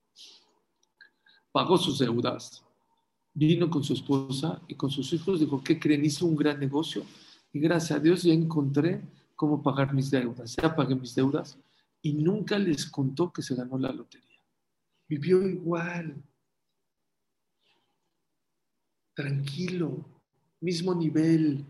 Pagó sus deudas, vino con su esposa y con sus hijos, dijo, ¿qué creen? Hizo un gran negocio y gracias a Dios ya encontré cómo pagar mis deudas. Ya pagué mis deudas y nunca les contó que se ganó la lotería. Vivió igual. Tranquilo, mismo nivel.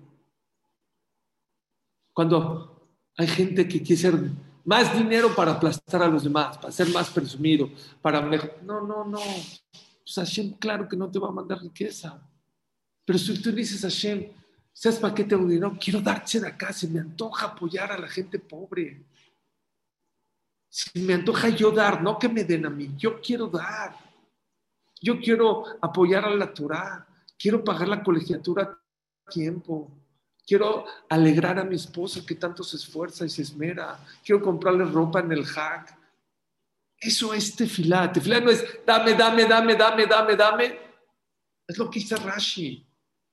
Cuando hay gente que quiere ser más dinero para aplastar a los demás, para ser más presumido, para mejor. No, no, no. Pues Hashem, claro que no te va a mandar riqueza. Pero si tú dices a Hashem, ¿sabes para qué tengo dinero? Quiero darse de acá, se me antoja apoyar a la gente pobre. Se me antoja yo dar, no que me den a mí, yo quiero dar. Yo quiero apoyar a la Torah, quiero pagar la colegiatura a tiempo. Quiero alegrar a mi esposa que tanto se esfuerza y se esmera. Quiero comprarle ropa en el hack. Eso es tefilá. Tefilá no es dame, dame, dame, dame, dame, dame. Es lo que dice Rashi.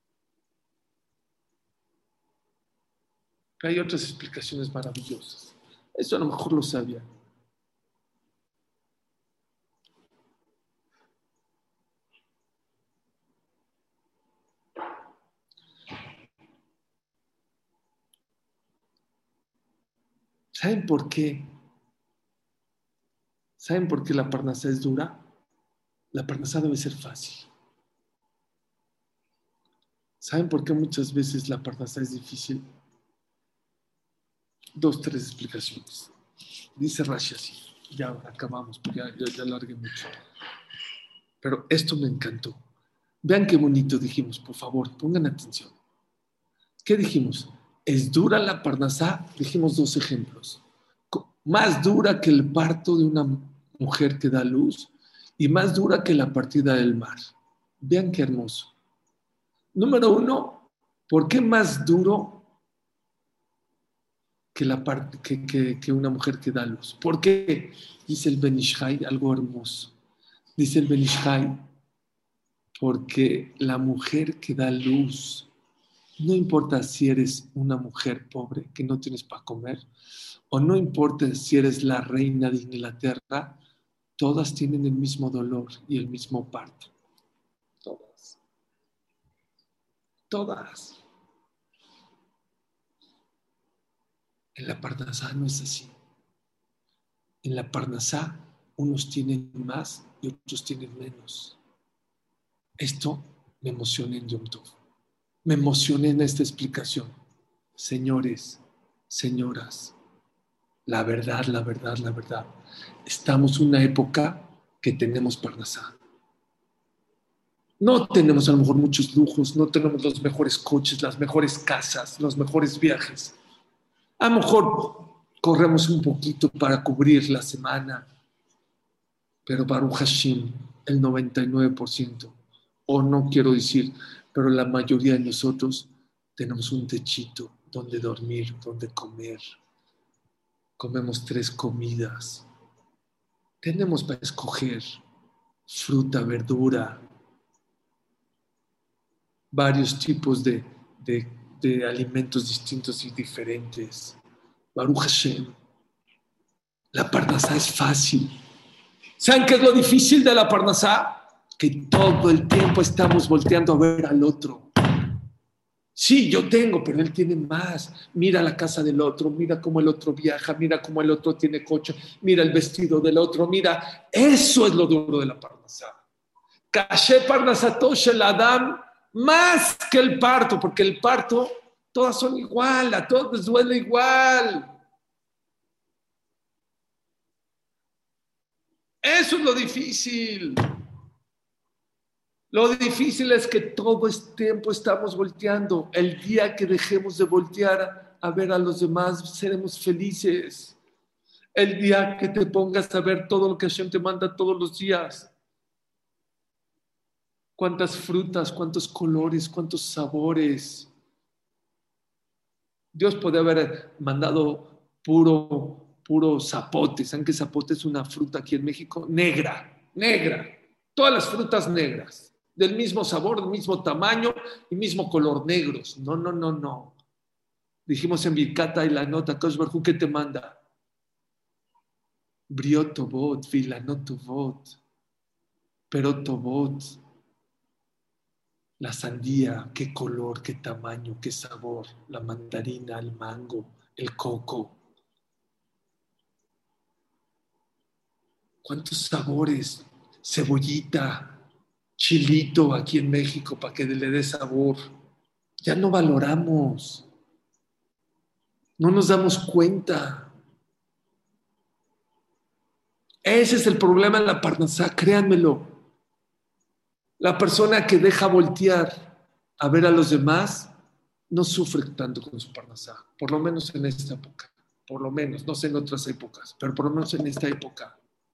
Pero hay otras explicaciones maravillosas. Eso a lo mejor lo sabía. ¿Saben por qué? ¿Saben por qué la parnasá es dura? La parnasá debe ser fácil. ¿Saben por qué muchas veces la parnasá es difícil? Dos, tres explicaciones. Dice Rashi así. Ya acabamos, porque ya, ya, ya largué mucho. Pero esto me encantó. Vean qué bonito dijimos, por favor, pongan atención. ¿Qué dijimos? ¿Es dura la parnasá? Dijimos dos ejemplos. Más dura que el parto de una mujer que da luz y más dura que la partida del mar. Vean qué hermoso. Número uno, ¿por qué más duro que, la part que, que, que una mujer que da luz? ¿Por qué? Dice el Ben Ish Hai, algo hermoso. Dice el Ben Ish Hai, porque la mujer que da luz, no importa si eres una mujer pobre que no tienes para comer, o no importa si eres la reina de Inglaterra, todas tienen el mismo dolor y el mismo parto. Todas. Todas. En la Parnasá no es así. En la Parnasá unos tienen más y otros tienen menos. Esto me emociona en Yom Tov. Me emocioné en esta explicación. Señores, señoras, la verdad, la verdad, la verdad. Estamos en una época que tenemos Parnasá. No tenemos a lo mejor muchos lujos, no tenemos los mejores coches, las mejores casas, los mejores viajes. A lo mejor corremos un poquito para cubrir la semana, pero Baruch Hashem, el noventa y nueve por ciento, o no quiero decir, pero la mayoría de nosotros tenemos un techito donde dormir, donde comer. Comemos tres comidas. Tenemos para escoger fruta, verdura, varios tipos de, de, de alimentos distintos y diferentes. Baruch Hashem. La parnasá es fácil. ¿Saben qué es lo difícil de la parnasá? Que todo el tiempo estamos volteando a ver al otro. Sí, yo tengo, pero él tiene más. Mira la casa del otro, mira cómo el otro viaja, mira cómo el otro tiene coche, mira el vestido del otro, mira. Eso es lo duro de la parnasá. Kashe parnasato shel Adam, más que el parto, porque el parto, todas son igual, a todos les duele igual. Eso es lo difícil. Lo difícil es que todo este tiempo estamos volteando. El día que dejemos de voltear a ver a los demás, seremos felices. El día que te pongas a ver todo lo que Hashem te manda todos los días. Cuántas frutas, cuántos colores, cuántos sabores. Dios puede haber mandado puro, puro zapote. ¿Saben que zapote es una fruta aquí en México? Negra, negra. Todas las frutas negras. Del mismo sabor, del mismo tamaño y mismo color, negros. No, no, no, no. Dijimos en Birkata y la nota, Kosh Baruj Hu, ¿qué te manda? Briot Tovot, Vilanot Tovot, Perot Tovot. La sandía, qué color, qué tamaño, qué sabor. La mandarina, el mango, el coco. ¿Cuántos sabores? Cebollita, chilito aquí en México para que le dé sabor. Ya no valoramos. No nos damos cuenta. Ese es el problema en la parnasá, créanmelo. La persona que deja voltear a ver a los demás no sufre tanto con su parnasá, por lo menos en esta época. Por lo menos, no sé en otras épocas, pero por lo menos en esta época.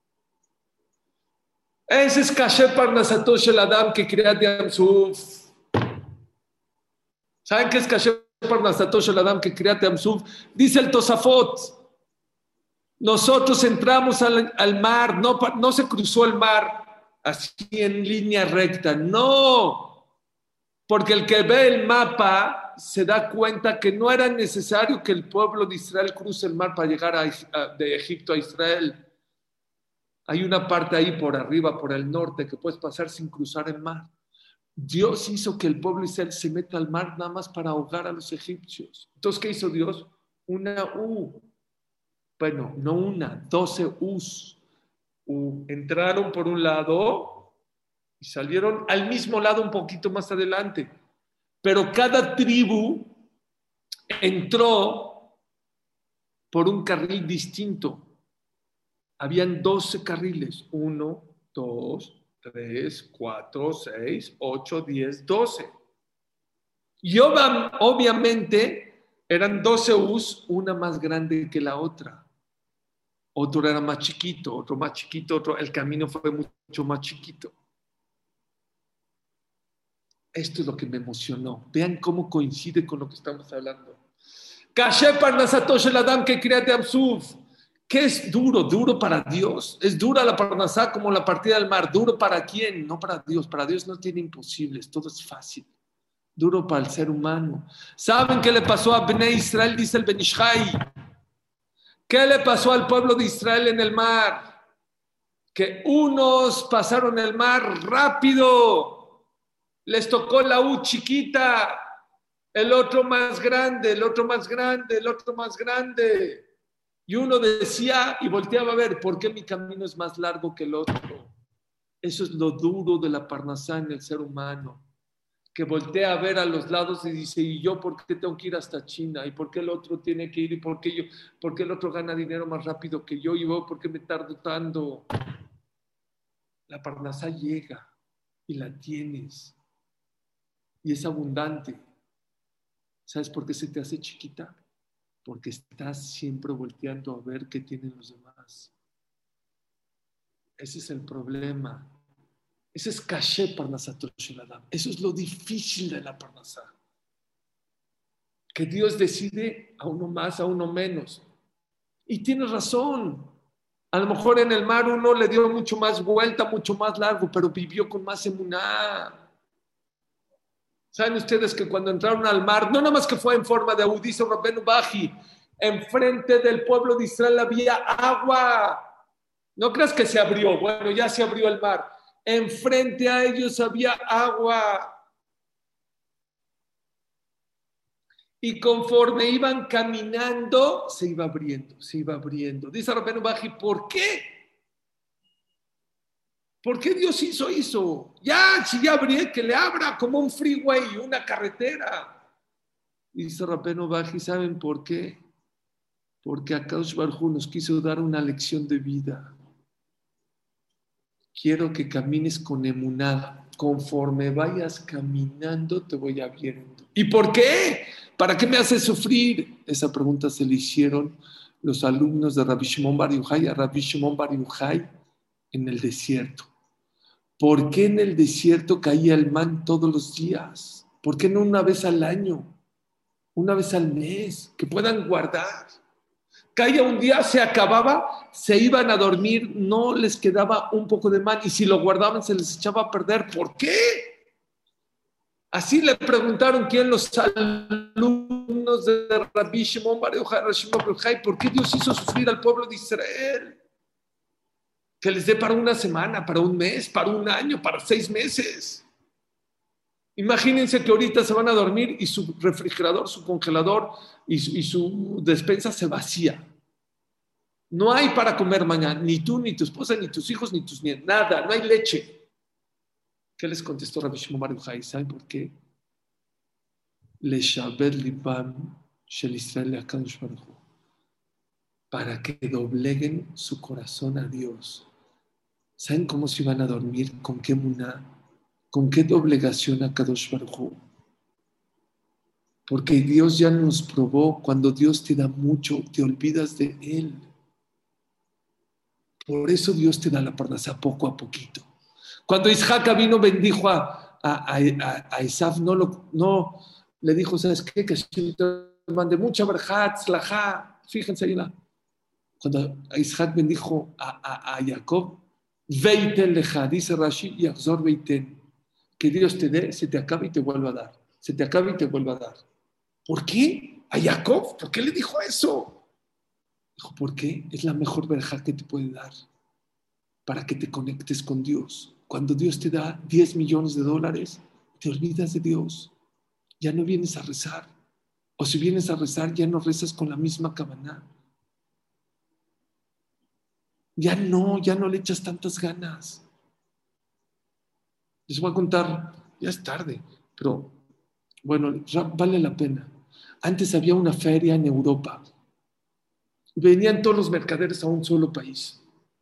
Ese es Kasher Parnasato Shel Adam que crea Yam Suf. ¿Saben qué es Kasher Parnasato Shel Adam que crea Yam Suf? Dice el Tosafot. Nosotros entramos al, al mar, no, no se cruzó el mar así en línea recta, no, porque el que ve el mapa se da cuenta que no era necesario que el pueblo de Israel cruce el mar para llegar a, a, de Egipto a Israel. Hay una parte ahí por arriba, por el norte, que puedes pasar sin cruzar el mar. Dios hizo que el pueblo de Israel se meta al mar nada más para ahogar a los egipcios. Entonces, ¿qué hizo Dios? Una U. bueno, no una, doce us. U, entraron por un lado y salieron al mismo lado un poquito más adelante. Pero cada tribu entró por un carril distinto. Habían doce carriles. Uno, dos, tres, cuatro, seis, ocho, diez, doce. Y obviamente eran doce us, una más grande que la otra. Otro era más chiquito, otro más chiquito, otro. El camino fue mucho más chiquito. Esto es lo que me emocionó. Vean cómo coincide con lo que estamos hablando. Kashe parnasatosh el adam que crea de Amsuf. ¿Qué es duro? Duro para Dios. Es dura la parnasá como la partida del mar. ¿Duro para quién? No para Dios. Para Dios no tiene imposibles. Todo es fácil. Duro para el ser humano. ¿Saben qué le pasó a Bnei Israel? Dice el Ben Ish Chai. ¿Qué le pasó al pueblo de Israel en el mar? Que unos pasaron el mar rápido. Les tocó la U chiquita. El otro más grande, el otro más grande, el otro más grande. Y uno decía y volteaba a ver, ¿por qué mi camino es más largo que el otro? Eso es lo duro de la parnasá en el ser humano. Que voltea a ver a los lados y dice, ¿y yo por qué tengo que ir hasta China? ¿Y por qué el otro tiene que ir? ¿Y por qué, yo, por qué el otro gana dinero más rápido que yo? ¿Y yo por qué me tardo tanto? La parnasá llega y la tienes. Y es abundante. ¿Sabes por qué se te hace chiquita? Porque estás siempre volteando a ver qué tienen los demás. Ese es el problema. Ese es caché parnasatosh el adam. Eso es lo difícil de la parnasá. Que Dios decide a uno más, a uno menos. Y tienes razón. A lo mejor en el mar uno le dio mucho más vuelta, mucho más largo, pero vivió con más emuná. ¿Saben ustedes que cuando entraron al mar, no nada más que fue en forma de Aú, dice Rabbenu Baji, enfrente del pueblo de Israel había agua? No creas que se abrió, bueno, ya se abrió el mar. Enfrente a ellos había agua. Y conforme iban caminando, se iba abriendo, se iba abriendo. Dice Rabbenu Baji, ¿por qué? ¿Por qué Dios hizo eso? Ya, si ya abrí, que le abra como un freeway, una carretera. Dice Rabbenu Baji, ¿saben por qué? Porque Akadosh Baruj Hu nos quiso dar una lección de vida. Quiero que camines con emuná. Conforme vayas caminando, te voy abriendo. ¿Y por qué? ¿Para qué me haces sufrir? Esa pregunta se le hicieron los alumnos de Rabbi Shimon Bar Yochai a Rabbi Shimon Bar Yochai en el desierto. ¿Por qué en el desierto caía el man todos los días? ¿Por qué no una vez al año? Una vez al mes, que puedan guardar. Caía un día, se acababa, se iban a dormir, no les quedaba un poco de man y si lo guardaban se les echaba a perder. ¿Por qué? Así le preguntaron quién los alumnos de Rabbi Shimon Bar Yochai, ¿por qué Dios hizo sufrir al pueblo de Israel? Que les dé para una semana, para un mes, para un año, para seis meses. Imagínense que ahorita se van a dormir y su refrigerador, su congelador y su, y su despensa se vacía. No hay para comer mañana, ni tú, ni tu esposa, ni tus hijos, ni tus nietos, nada, no hay leche. ¿Qué les contestó Rabbi Shimon Bar Yochai? ¿Saben por qué? Leshaber libam shel Israel HaKadosh Baruj Hu. Para que dobleguen su corazón a Dios. ¿Saben cómo se iban a dormir? ¿Con qué muná? ¿Con qué doblegación a Kadosh Baruj Hu? Porque Dios ya nos probó, cuando Dios te da mucho, te olvidas de Él. Por eso Dios te da la parnasá poco a poquito. Cuando Isaac vino, bendijo a, a, a, a Esaf, no, lo, no le dijo, ¿sabes qué? Que te mande mucha verjat, slajá. Fíjense ahí, la, cuando Isaac bendijo a, a, a Jacob, veiten leja, dice Rashi, y Axor veiten. Que Dios te dé, se te acaba y te vuelva a dar. Se te acaba y te vuelva a dar. ¿Por qué? ¿A Jacob? ¿Por qué le dijo eso? Dijo, ¿por qué? Es la mejor verja que te puede dar para que te conectes con Dios. Cuando Dios te da diez millones de dólares, te olvidas de Dios. Ya no vienes a rezar. O si vienes a rezar, ya no rezas con la misma kavaná. Ya no, ya no le echas tantas ganas. Les voy a contar, ya es tarde, pero bueno, vale la pena. Antes había una feria en Europa. Venían todos los mercaderes a un solo país.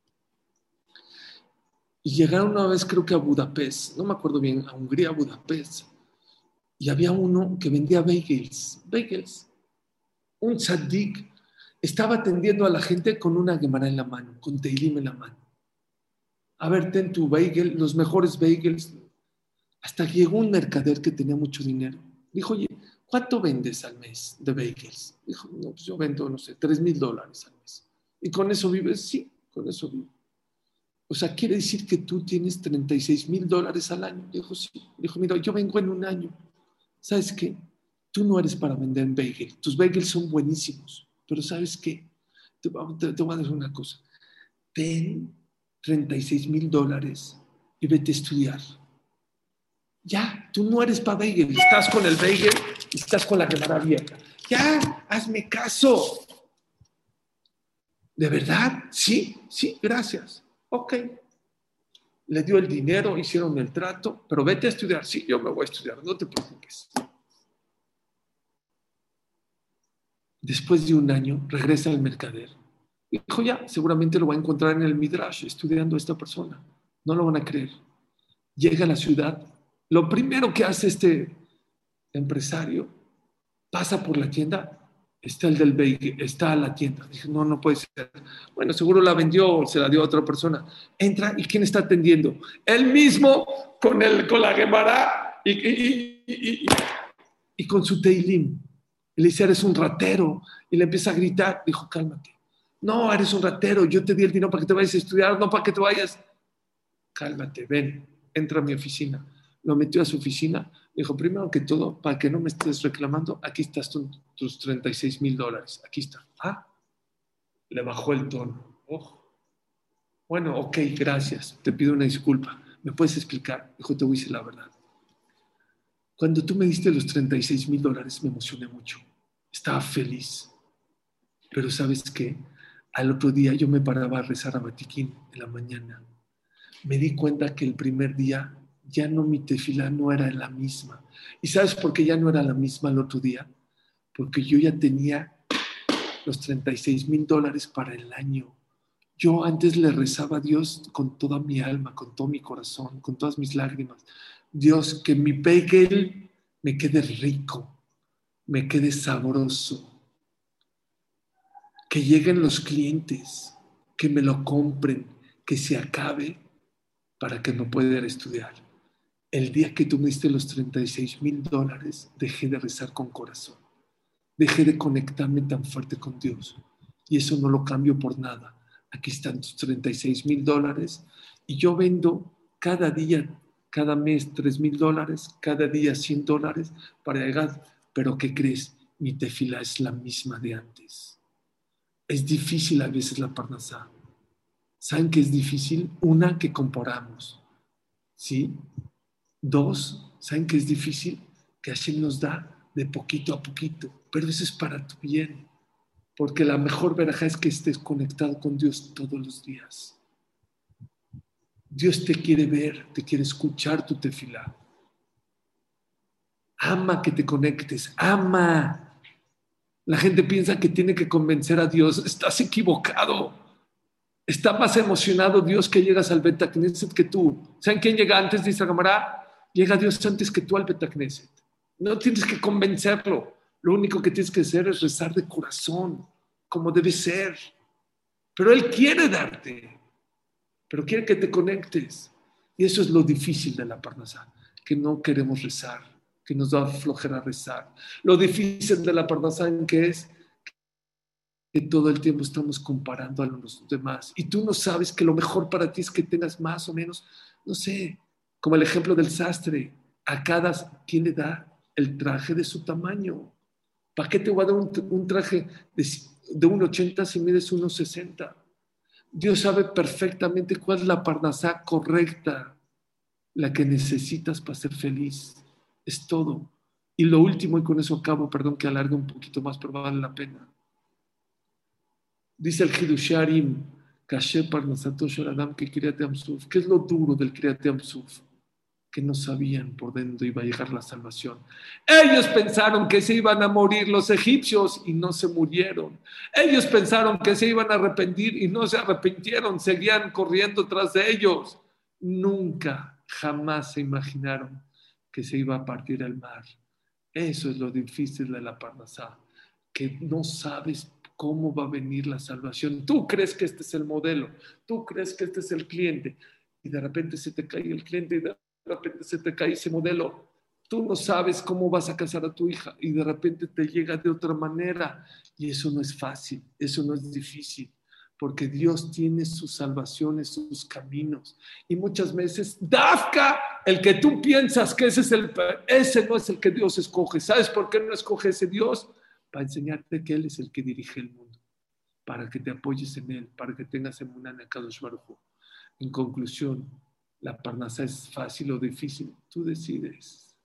Y llegaron una vez, creo que a Budapest, no me acuerdo bien, a Hungría, a Budapest. Y había uno que vendía bagels, bagels. Un tzaddik estaba atendiendo a la gente con una gemara en la mano, con teilim en la mano. A ver, ten tu bagel, los mejores bagels. Hasta que llegó un mercader que tenía mucho dinero. Dijo, oye, ¿cuánto vendes al mes de bagels? Dijo, no, pues yo vendo, no sé, tres mil dólares al mes. ¿Y con eso vives? Sí, con eso vivo. O sea, quiere decir que tú tienes treinta y seis mil dólares al año. Dijo, sí. Dijo, mira, yo vengo en un año. ¿Sabes qué? Tú no eres para vender bagels. Tus bagels son buenísimos. Pero ¿sabes qué? Te, te, te voy a decir una cosa. Ten treinta y seis mil dólares y vete a estudiar. Ya, tú no eres para bagel. Estás con el bagel y estás con la quemada abierta. Ya, hazme caso. ¿De verdad? Sí, sí, gracias. Ok. Le dio el dinero, hicieron el trato, pero vete a estudiar. Sí, yo me voy a estudiar, no te preocupes. Después de un año, regresa al mercader. Dijo, ya, seguramente lo va a encontrar en el Midrash estudiando a esta persona. No lo van a creer. Llega a la ciudad. Lo primero que hace este empresario, pasa por la tienda, está el del bagel, está a la tienda. Dije, no, no puede ser. Bueno, seguro la vendió o se la dio a otra persona. Entra y ¿quién está atendiendo? Él mismo con, el, con la Gemara y, y, y, y, y con su teilim. Y le dice, eres un ratero. Y le empieza a gritar. Dijo, cálmate. No, eres un ratero. Yo te di el dinero para que te vayas a estudiar, no para que te vayas. Cálmate, ven, entra a mi oficina. Lo metió a su oficina. Dijo, primero que todo, para que no me estés reclamando, aquí estás tu, tus treinta y seis mil dólares. Aquí está. Ah, le bajó el tono. Oh. Bueno, ok, gracias. Te pido una disculpa. ¿Me puedes explicar? Dijo, te voy a decir la verdad. Cuando tú me diste los treinta y seis mil dólares, me emocioné mucho. Estaba feliz. Pero ¿sabes qué? Al otro día yo me paraba a rezar a Batiquín en la mañana. Me di cuenta que el primer día ya no mi tefilá no era la misma. ¿Y sabes por qué ya no era la misma el otro día? Porque yo ya tenía los treinta y seis mil dólares para el año. Yo antes le rezaba a Dios con toda mi alma, con todo mi corazón, con todas mis lágrimas. Dios, que mi bagel me quede rico, me quede sabroso, que lleguen los clientes, que me lo compren, que se acabe para que no pueda estudiar. El día que tú me diste los treinta y seis mil dólares, dejé de rezar con corazón. Dejé de conectarme tan fuerte con Dios. Y eso no lo cambio por nada. Aquí están tus treinta y seis mil dólares y yo vendo cada día, cada mes tres mil dólares, cada día cien dólares para llegar. Pero ¿qué crees? Mi tefila es la misma de antes. Es difícil a veces la parnasá. ¿Saben qué es difícil? Una, que comparamos. ¿Sí? Dos, ¿saben qué es difícil? Que Hashem nos da de poquito a poquito, pero eso es para tu bien, porque la mejor veraja es que estés conectado con Dios todos los días. Dios te quiere ver, te quiere escuchar tu tefilá. Ama que te conectes, ama. La gente piensa que tiene que convencer a Dios. Estás equivocado. Está más emocionado Dios que llegas al Beta Knesset que tú. ¿Saben quién llega antes? Dice Gamara. Llega Dios antes que tú al Beta Knesset. No tienes que convencerlo. Lo único que tienes que hacer es rezar de corazón, como debe ser. Pero Él quiere darte, pero quiere que te conectes. Y eso es lo difícil de la parnasá, que no queremos rezar, que nos da flojera rezar. Lo difícil de la parnasá, ¿en qué es? Que todo el tiempo estamos comparando a los demás y tú no sabes que lo mejor para ti es que tengas más o menos, no sé, como el ejemplo del sastre, a cada quien le da el traje de su tamaño. ¿Para qué te voy a dar un, un traje de, de uno ochenta si mides uno sesenta? Dios sabe perfectamente cuál es la parnasá correcta, la que necesitas para ser feliz. Es todo. Y lo último, y con eso acabo, perdón que alargue un poquito más, pero vale la pena. Dice el Hidusharim, Kashe Parnasato Shoradam que Kriyat Yamsuf. ¿Qué es lo duro del Kriyat Yamsuf? Que no sabían por dónde iba a llegar la salvación. Ellos pensaron que se iban a morir los egipcios y no se murieron. Ellos pensaron que se iban a arrepentir y no se arrepintieron, seguían corriendo tras de ellos. Nunca, jamás se imaginaron que se iba a partir el mar. Eso es lo difícil de la Parnasá, que no sabes cómo va a venir la salvación. Tú crees que este es el modelo, tú crees que este es el cliente y de repente se te cae el cliente y de de repente se te cae ese modelo. Tú no sabes cómo vas a casar a tu hija y de repente te llega de otra manera. Y eso no es fácil, eso no es difícil, porque Dios tiene sus salvaciones, sus caminos. Y muchas veces, Dafka, el que tú piensas que ese es el, ese no es el que Dios escoge. ¿Sabes por qué no escoge ese Dios? Para enseñarte que Él es el que dirige el mundo, para que te apoyes en Él, para que tengas emuná en Kadosh Baruj Hu. En conclusión, la parnasá es fácil o difícil, tú decides.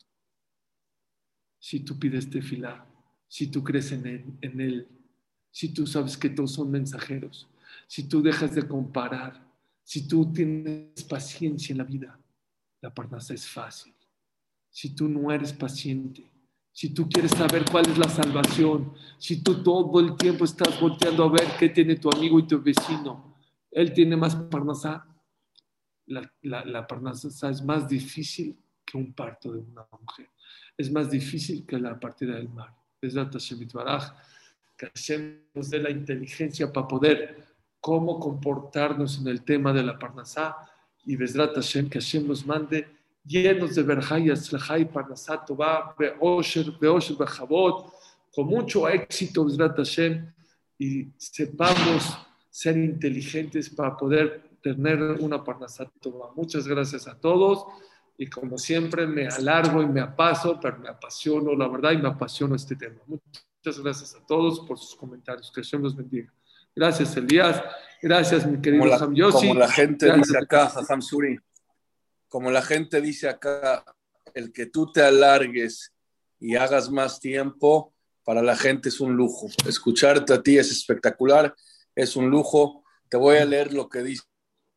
Si tú pides tefilá, si tú crees en él, en él, si tú sabes que todos son mensajeros, si tú dejas de comparar, si tú tienes paciencia en la vida, la parnasá es fácil. Si tú no eres paciente, si tú quieres saber cuál es la salvación, si tú todo el tiempo estás volteando a ver qué tiene tu amigo y tu vecino, él tiene más parnasá. La, la, la parnasá es más difícil que un parto de una mujer. Es más difícil que la partida del mar. Besat Hashem Yitbaraj, que Hashem nos dé la inteligencia para poder cómo comportarnos en el tema de la parnasá y Besat Hashem, que Hashem nos mande llenos de verjá y atzlajá y parnasá tová, be'osher, be'osher, be'chavot, con mucho éxito Besat Hashem, y sepamos ser inteligentes para poder tener una parnasá tová. Muchas gracias a todos y como siempre me alargo y me apaso, pero me apasiono, la verdad, y me apasiono este tema. Muchas gracias a todos por sus comentarios. Que Dios los bendiga. Gracias, Elías. Gracias, mi querido como la, Ham Yossi. Como la gente Gracias. dice acá, Jajam Suri, como la gente dice acá, el que tú te alargues y hagas más tiempo, para la gente es un lujo. Escucharte a ti es espectacular, es un lujo. Te voy a leer lo que dice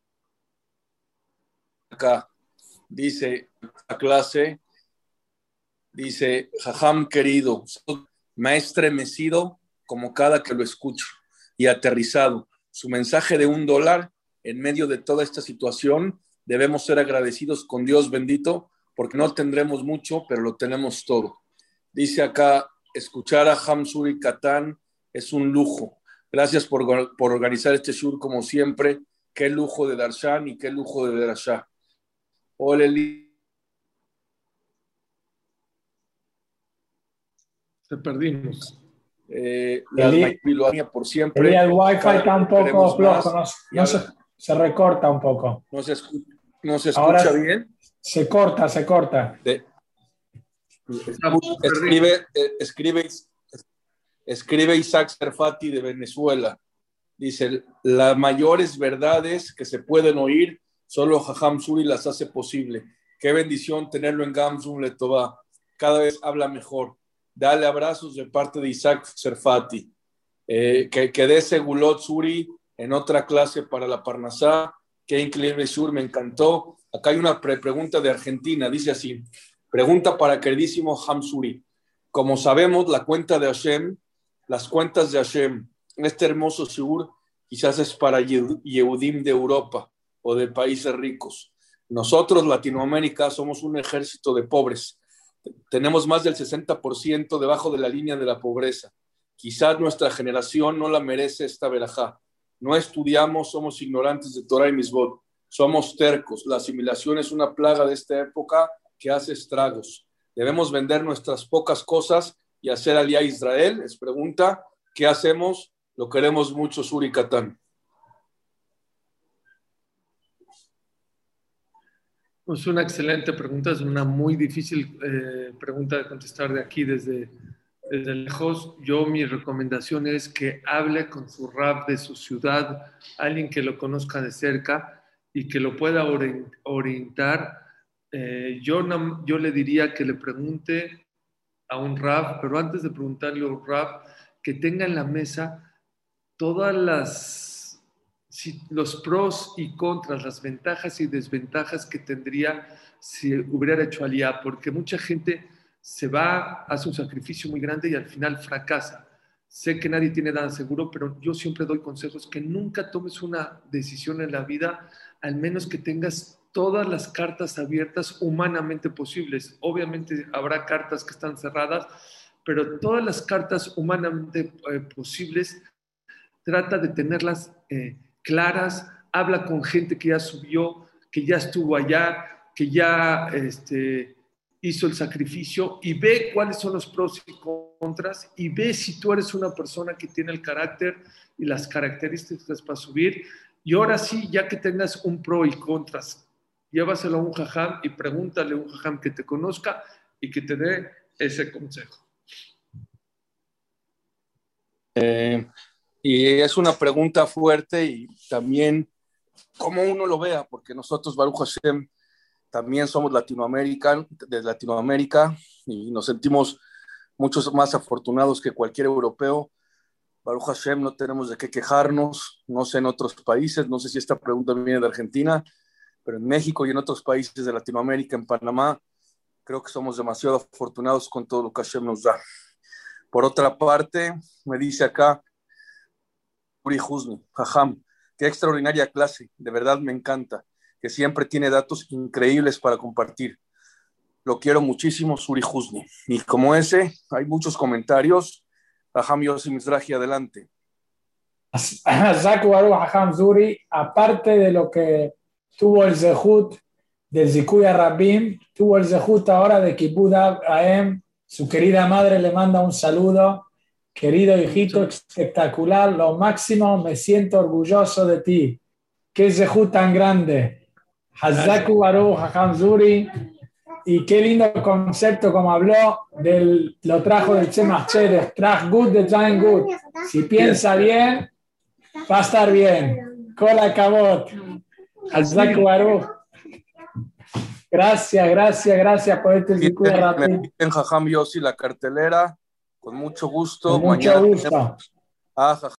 acá. Dice la clase, dice, Jajam querido, me ha estremecido como cada que lo escucho y aterrizado. Su mensaje de un dólar en medio de toda esta situación, debemos ser agradecidos con Dios bendito, porque no tendremos mucho, pero lo tenemos todo. Dice acá, escuchar a Hamsuri Katán es un lujo. Gracias por, por organizar este shur como siempre. Qué lujo de Darshan y qué lujo de Darashá. Hola, Eli. Te perdimos. Eh, la Bilonia por siempre. Eli, el wifi está un poco flojo, no, no se, se recorta un poco. ¿No se, escu no se escucha Ahora bien? Se corta, se corta. De, escribe, eh, escribe, escribe Isaac Serfati de Venezuela. Dice, las mayores verdades que se pueden oír, solo Jajam Suri las hace posible. Qué bendición tenerlo en Gamsum Letová. Cada vez habla mejor. Dale abrazos de parte de Isaac Serfati. Eh, que, que dé Segulot Suri en otra clase para la Parnasá. Qué increíble Sur, me encantó. Acá hay una pre pregunta de Argentina. Dice así, pregunta para queridísimo Hamsuri. Como sabemos, la cuenta de Hashem, las cuentas de Hashem, este hermoso Sur quizás es para Yehudim de Europa o de países ricos. Nosotros, Latinoamérica, somos un ejército de pobres. Tenemos más del sesenta por ciento debajo de la línea de la pobreza. Quizás nuestra generación no la merece esta verajá. No estudiamos, somos ignorantes de Torah y Misbot. Somos tercos. La asimilación es una plaga de esta época que hace estragos. Debemos vender nuestras pocas cosas y hacer aliyá a Israel. Les pregunta, ¿qué hacemos? Lo queremos mucho, Suri Katán. Es una excelente pregunta, es una muy difícil eh, pregunta de contestar de aquí desde, desde lejos. Yo mi recomendación es que hable con su rab de su ciudad, alguien que lo conozca de cerca y que lo pueda orientar. Eh, yo, no, yo le diría que le pregunte a un rab, pero antes de preguntarle a un rab, que tenga en la mesa todas las si los pros y contras, las ventajas y desventajas que tendría si hubiera hecho Aliyah, porque mucha gente se va, hace un sacrificio muy grande y al final fracasa. Sé que nadie tiene nada seguro, pero yo siempre doy consejos que nunca tomes una decisión en la vida, al menos que tengas todas las cartas abiertas humanamente posibles. Obviamente habrá cartas que están cerradas, pero todas las cartas humanamente eh, posibles, trata de tenerlas eh, claras, habla con gente que ya subió, que ya estuvo allá, que ya este, hizo el sacrificio y ve cuáles son los pros y contras y ve si tú eres una persona que tiene el carácter y las características para subir. Y ahora sí, ya que tengas un pro y contras, llévaselo a un jajam y pregúntale a un jajam que te conozca y que te dé ese consejo. Eh, y es una pregunta fuerte y también cómo uno lo vea, porque nosotros, Baruch Hashem, también somos latinoamericanos, de Latinoamérica y nos sentimos muchos más afortunados que cualquier europeo. Baruch Hashem, no tenemos de qué quejarnos, no sé en otros países, no sé si esta pregunta viene de Argentina, pero en México y en otros países de Latinoamérica, en Panamá, creo que somos demasiado afortunados con todo lo que Hashem nos da. Por otra parte, me dice acá Uri Husni, Jajam, qué extraordinaria clase, de verdad me encanta, que siempre tiene datos increíbles para compartir. Lo quiero muchísimo, Uri Husni. Y como ese, hay muchos comentarios. Jajam Yossi Mizrahi, adelante. Zaku Baruch Jajam Zuri, aparte de lo que tuvo el Zehut del Zikuy Rabim, tuvo el Zehut ahora de Kibud Aem. Su querida madre le manda un saludo. Querido hijito, espectacular, lo máximo, me siento orgulloso de ti. Qué Zehut tan grande. Hazaku Baruch Jajam Zuri. Y qué lindo concepto, como habló, del, lo trajo del Tzemach Tzedek, Trach gut de Zain gut. Si piensa bien, va a estar bien. Kol hakavod. Hazaku Baruch. Gracias, gracias, gracias por este Zikuy Rabim. En Jajam Yossi la cartelera, con mucho gusto. Con mucho Mañana gusto. Ah,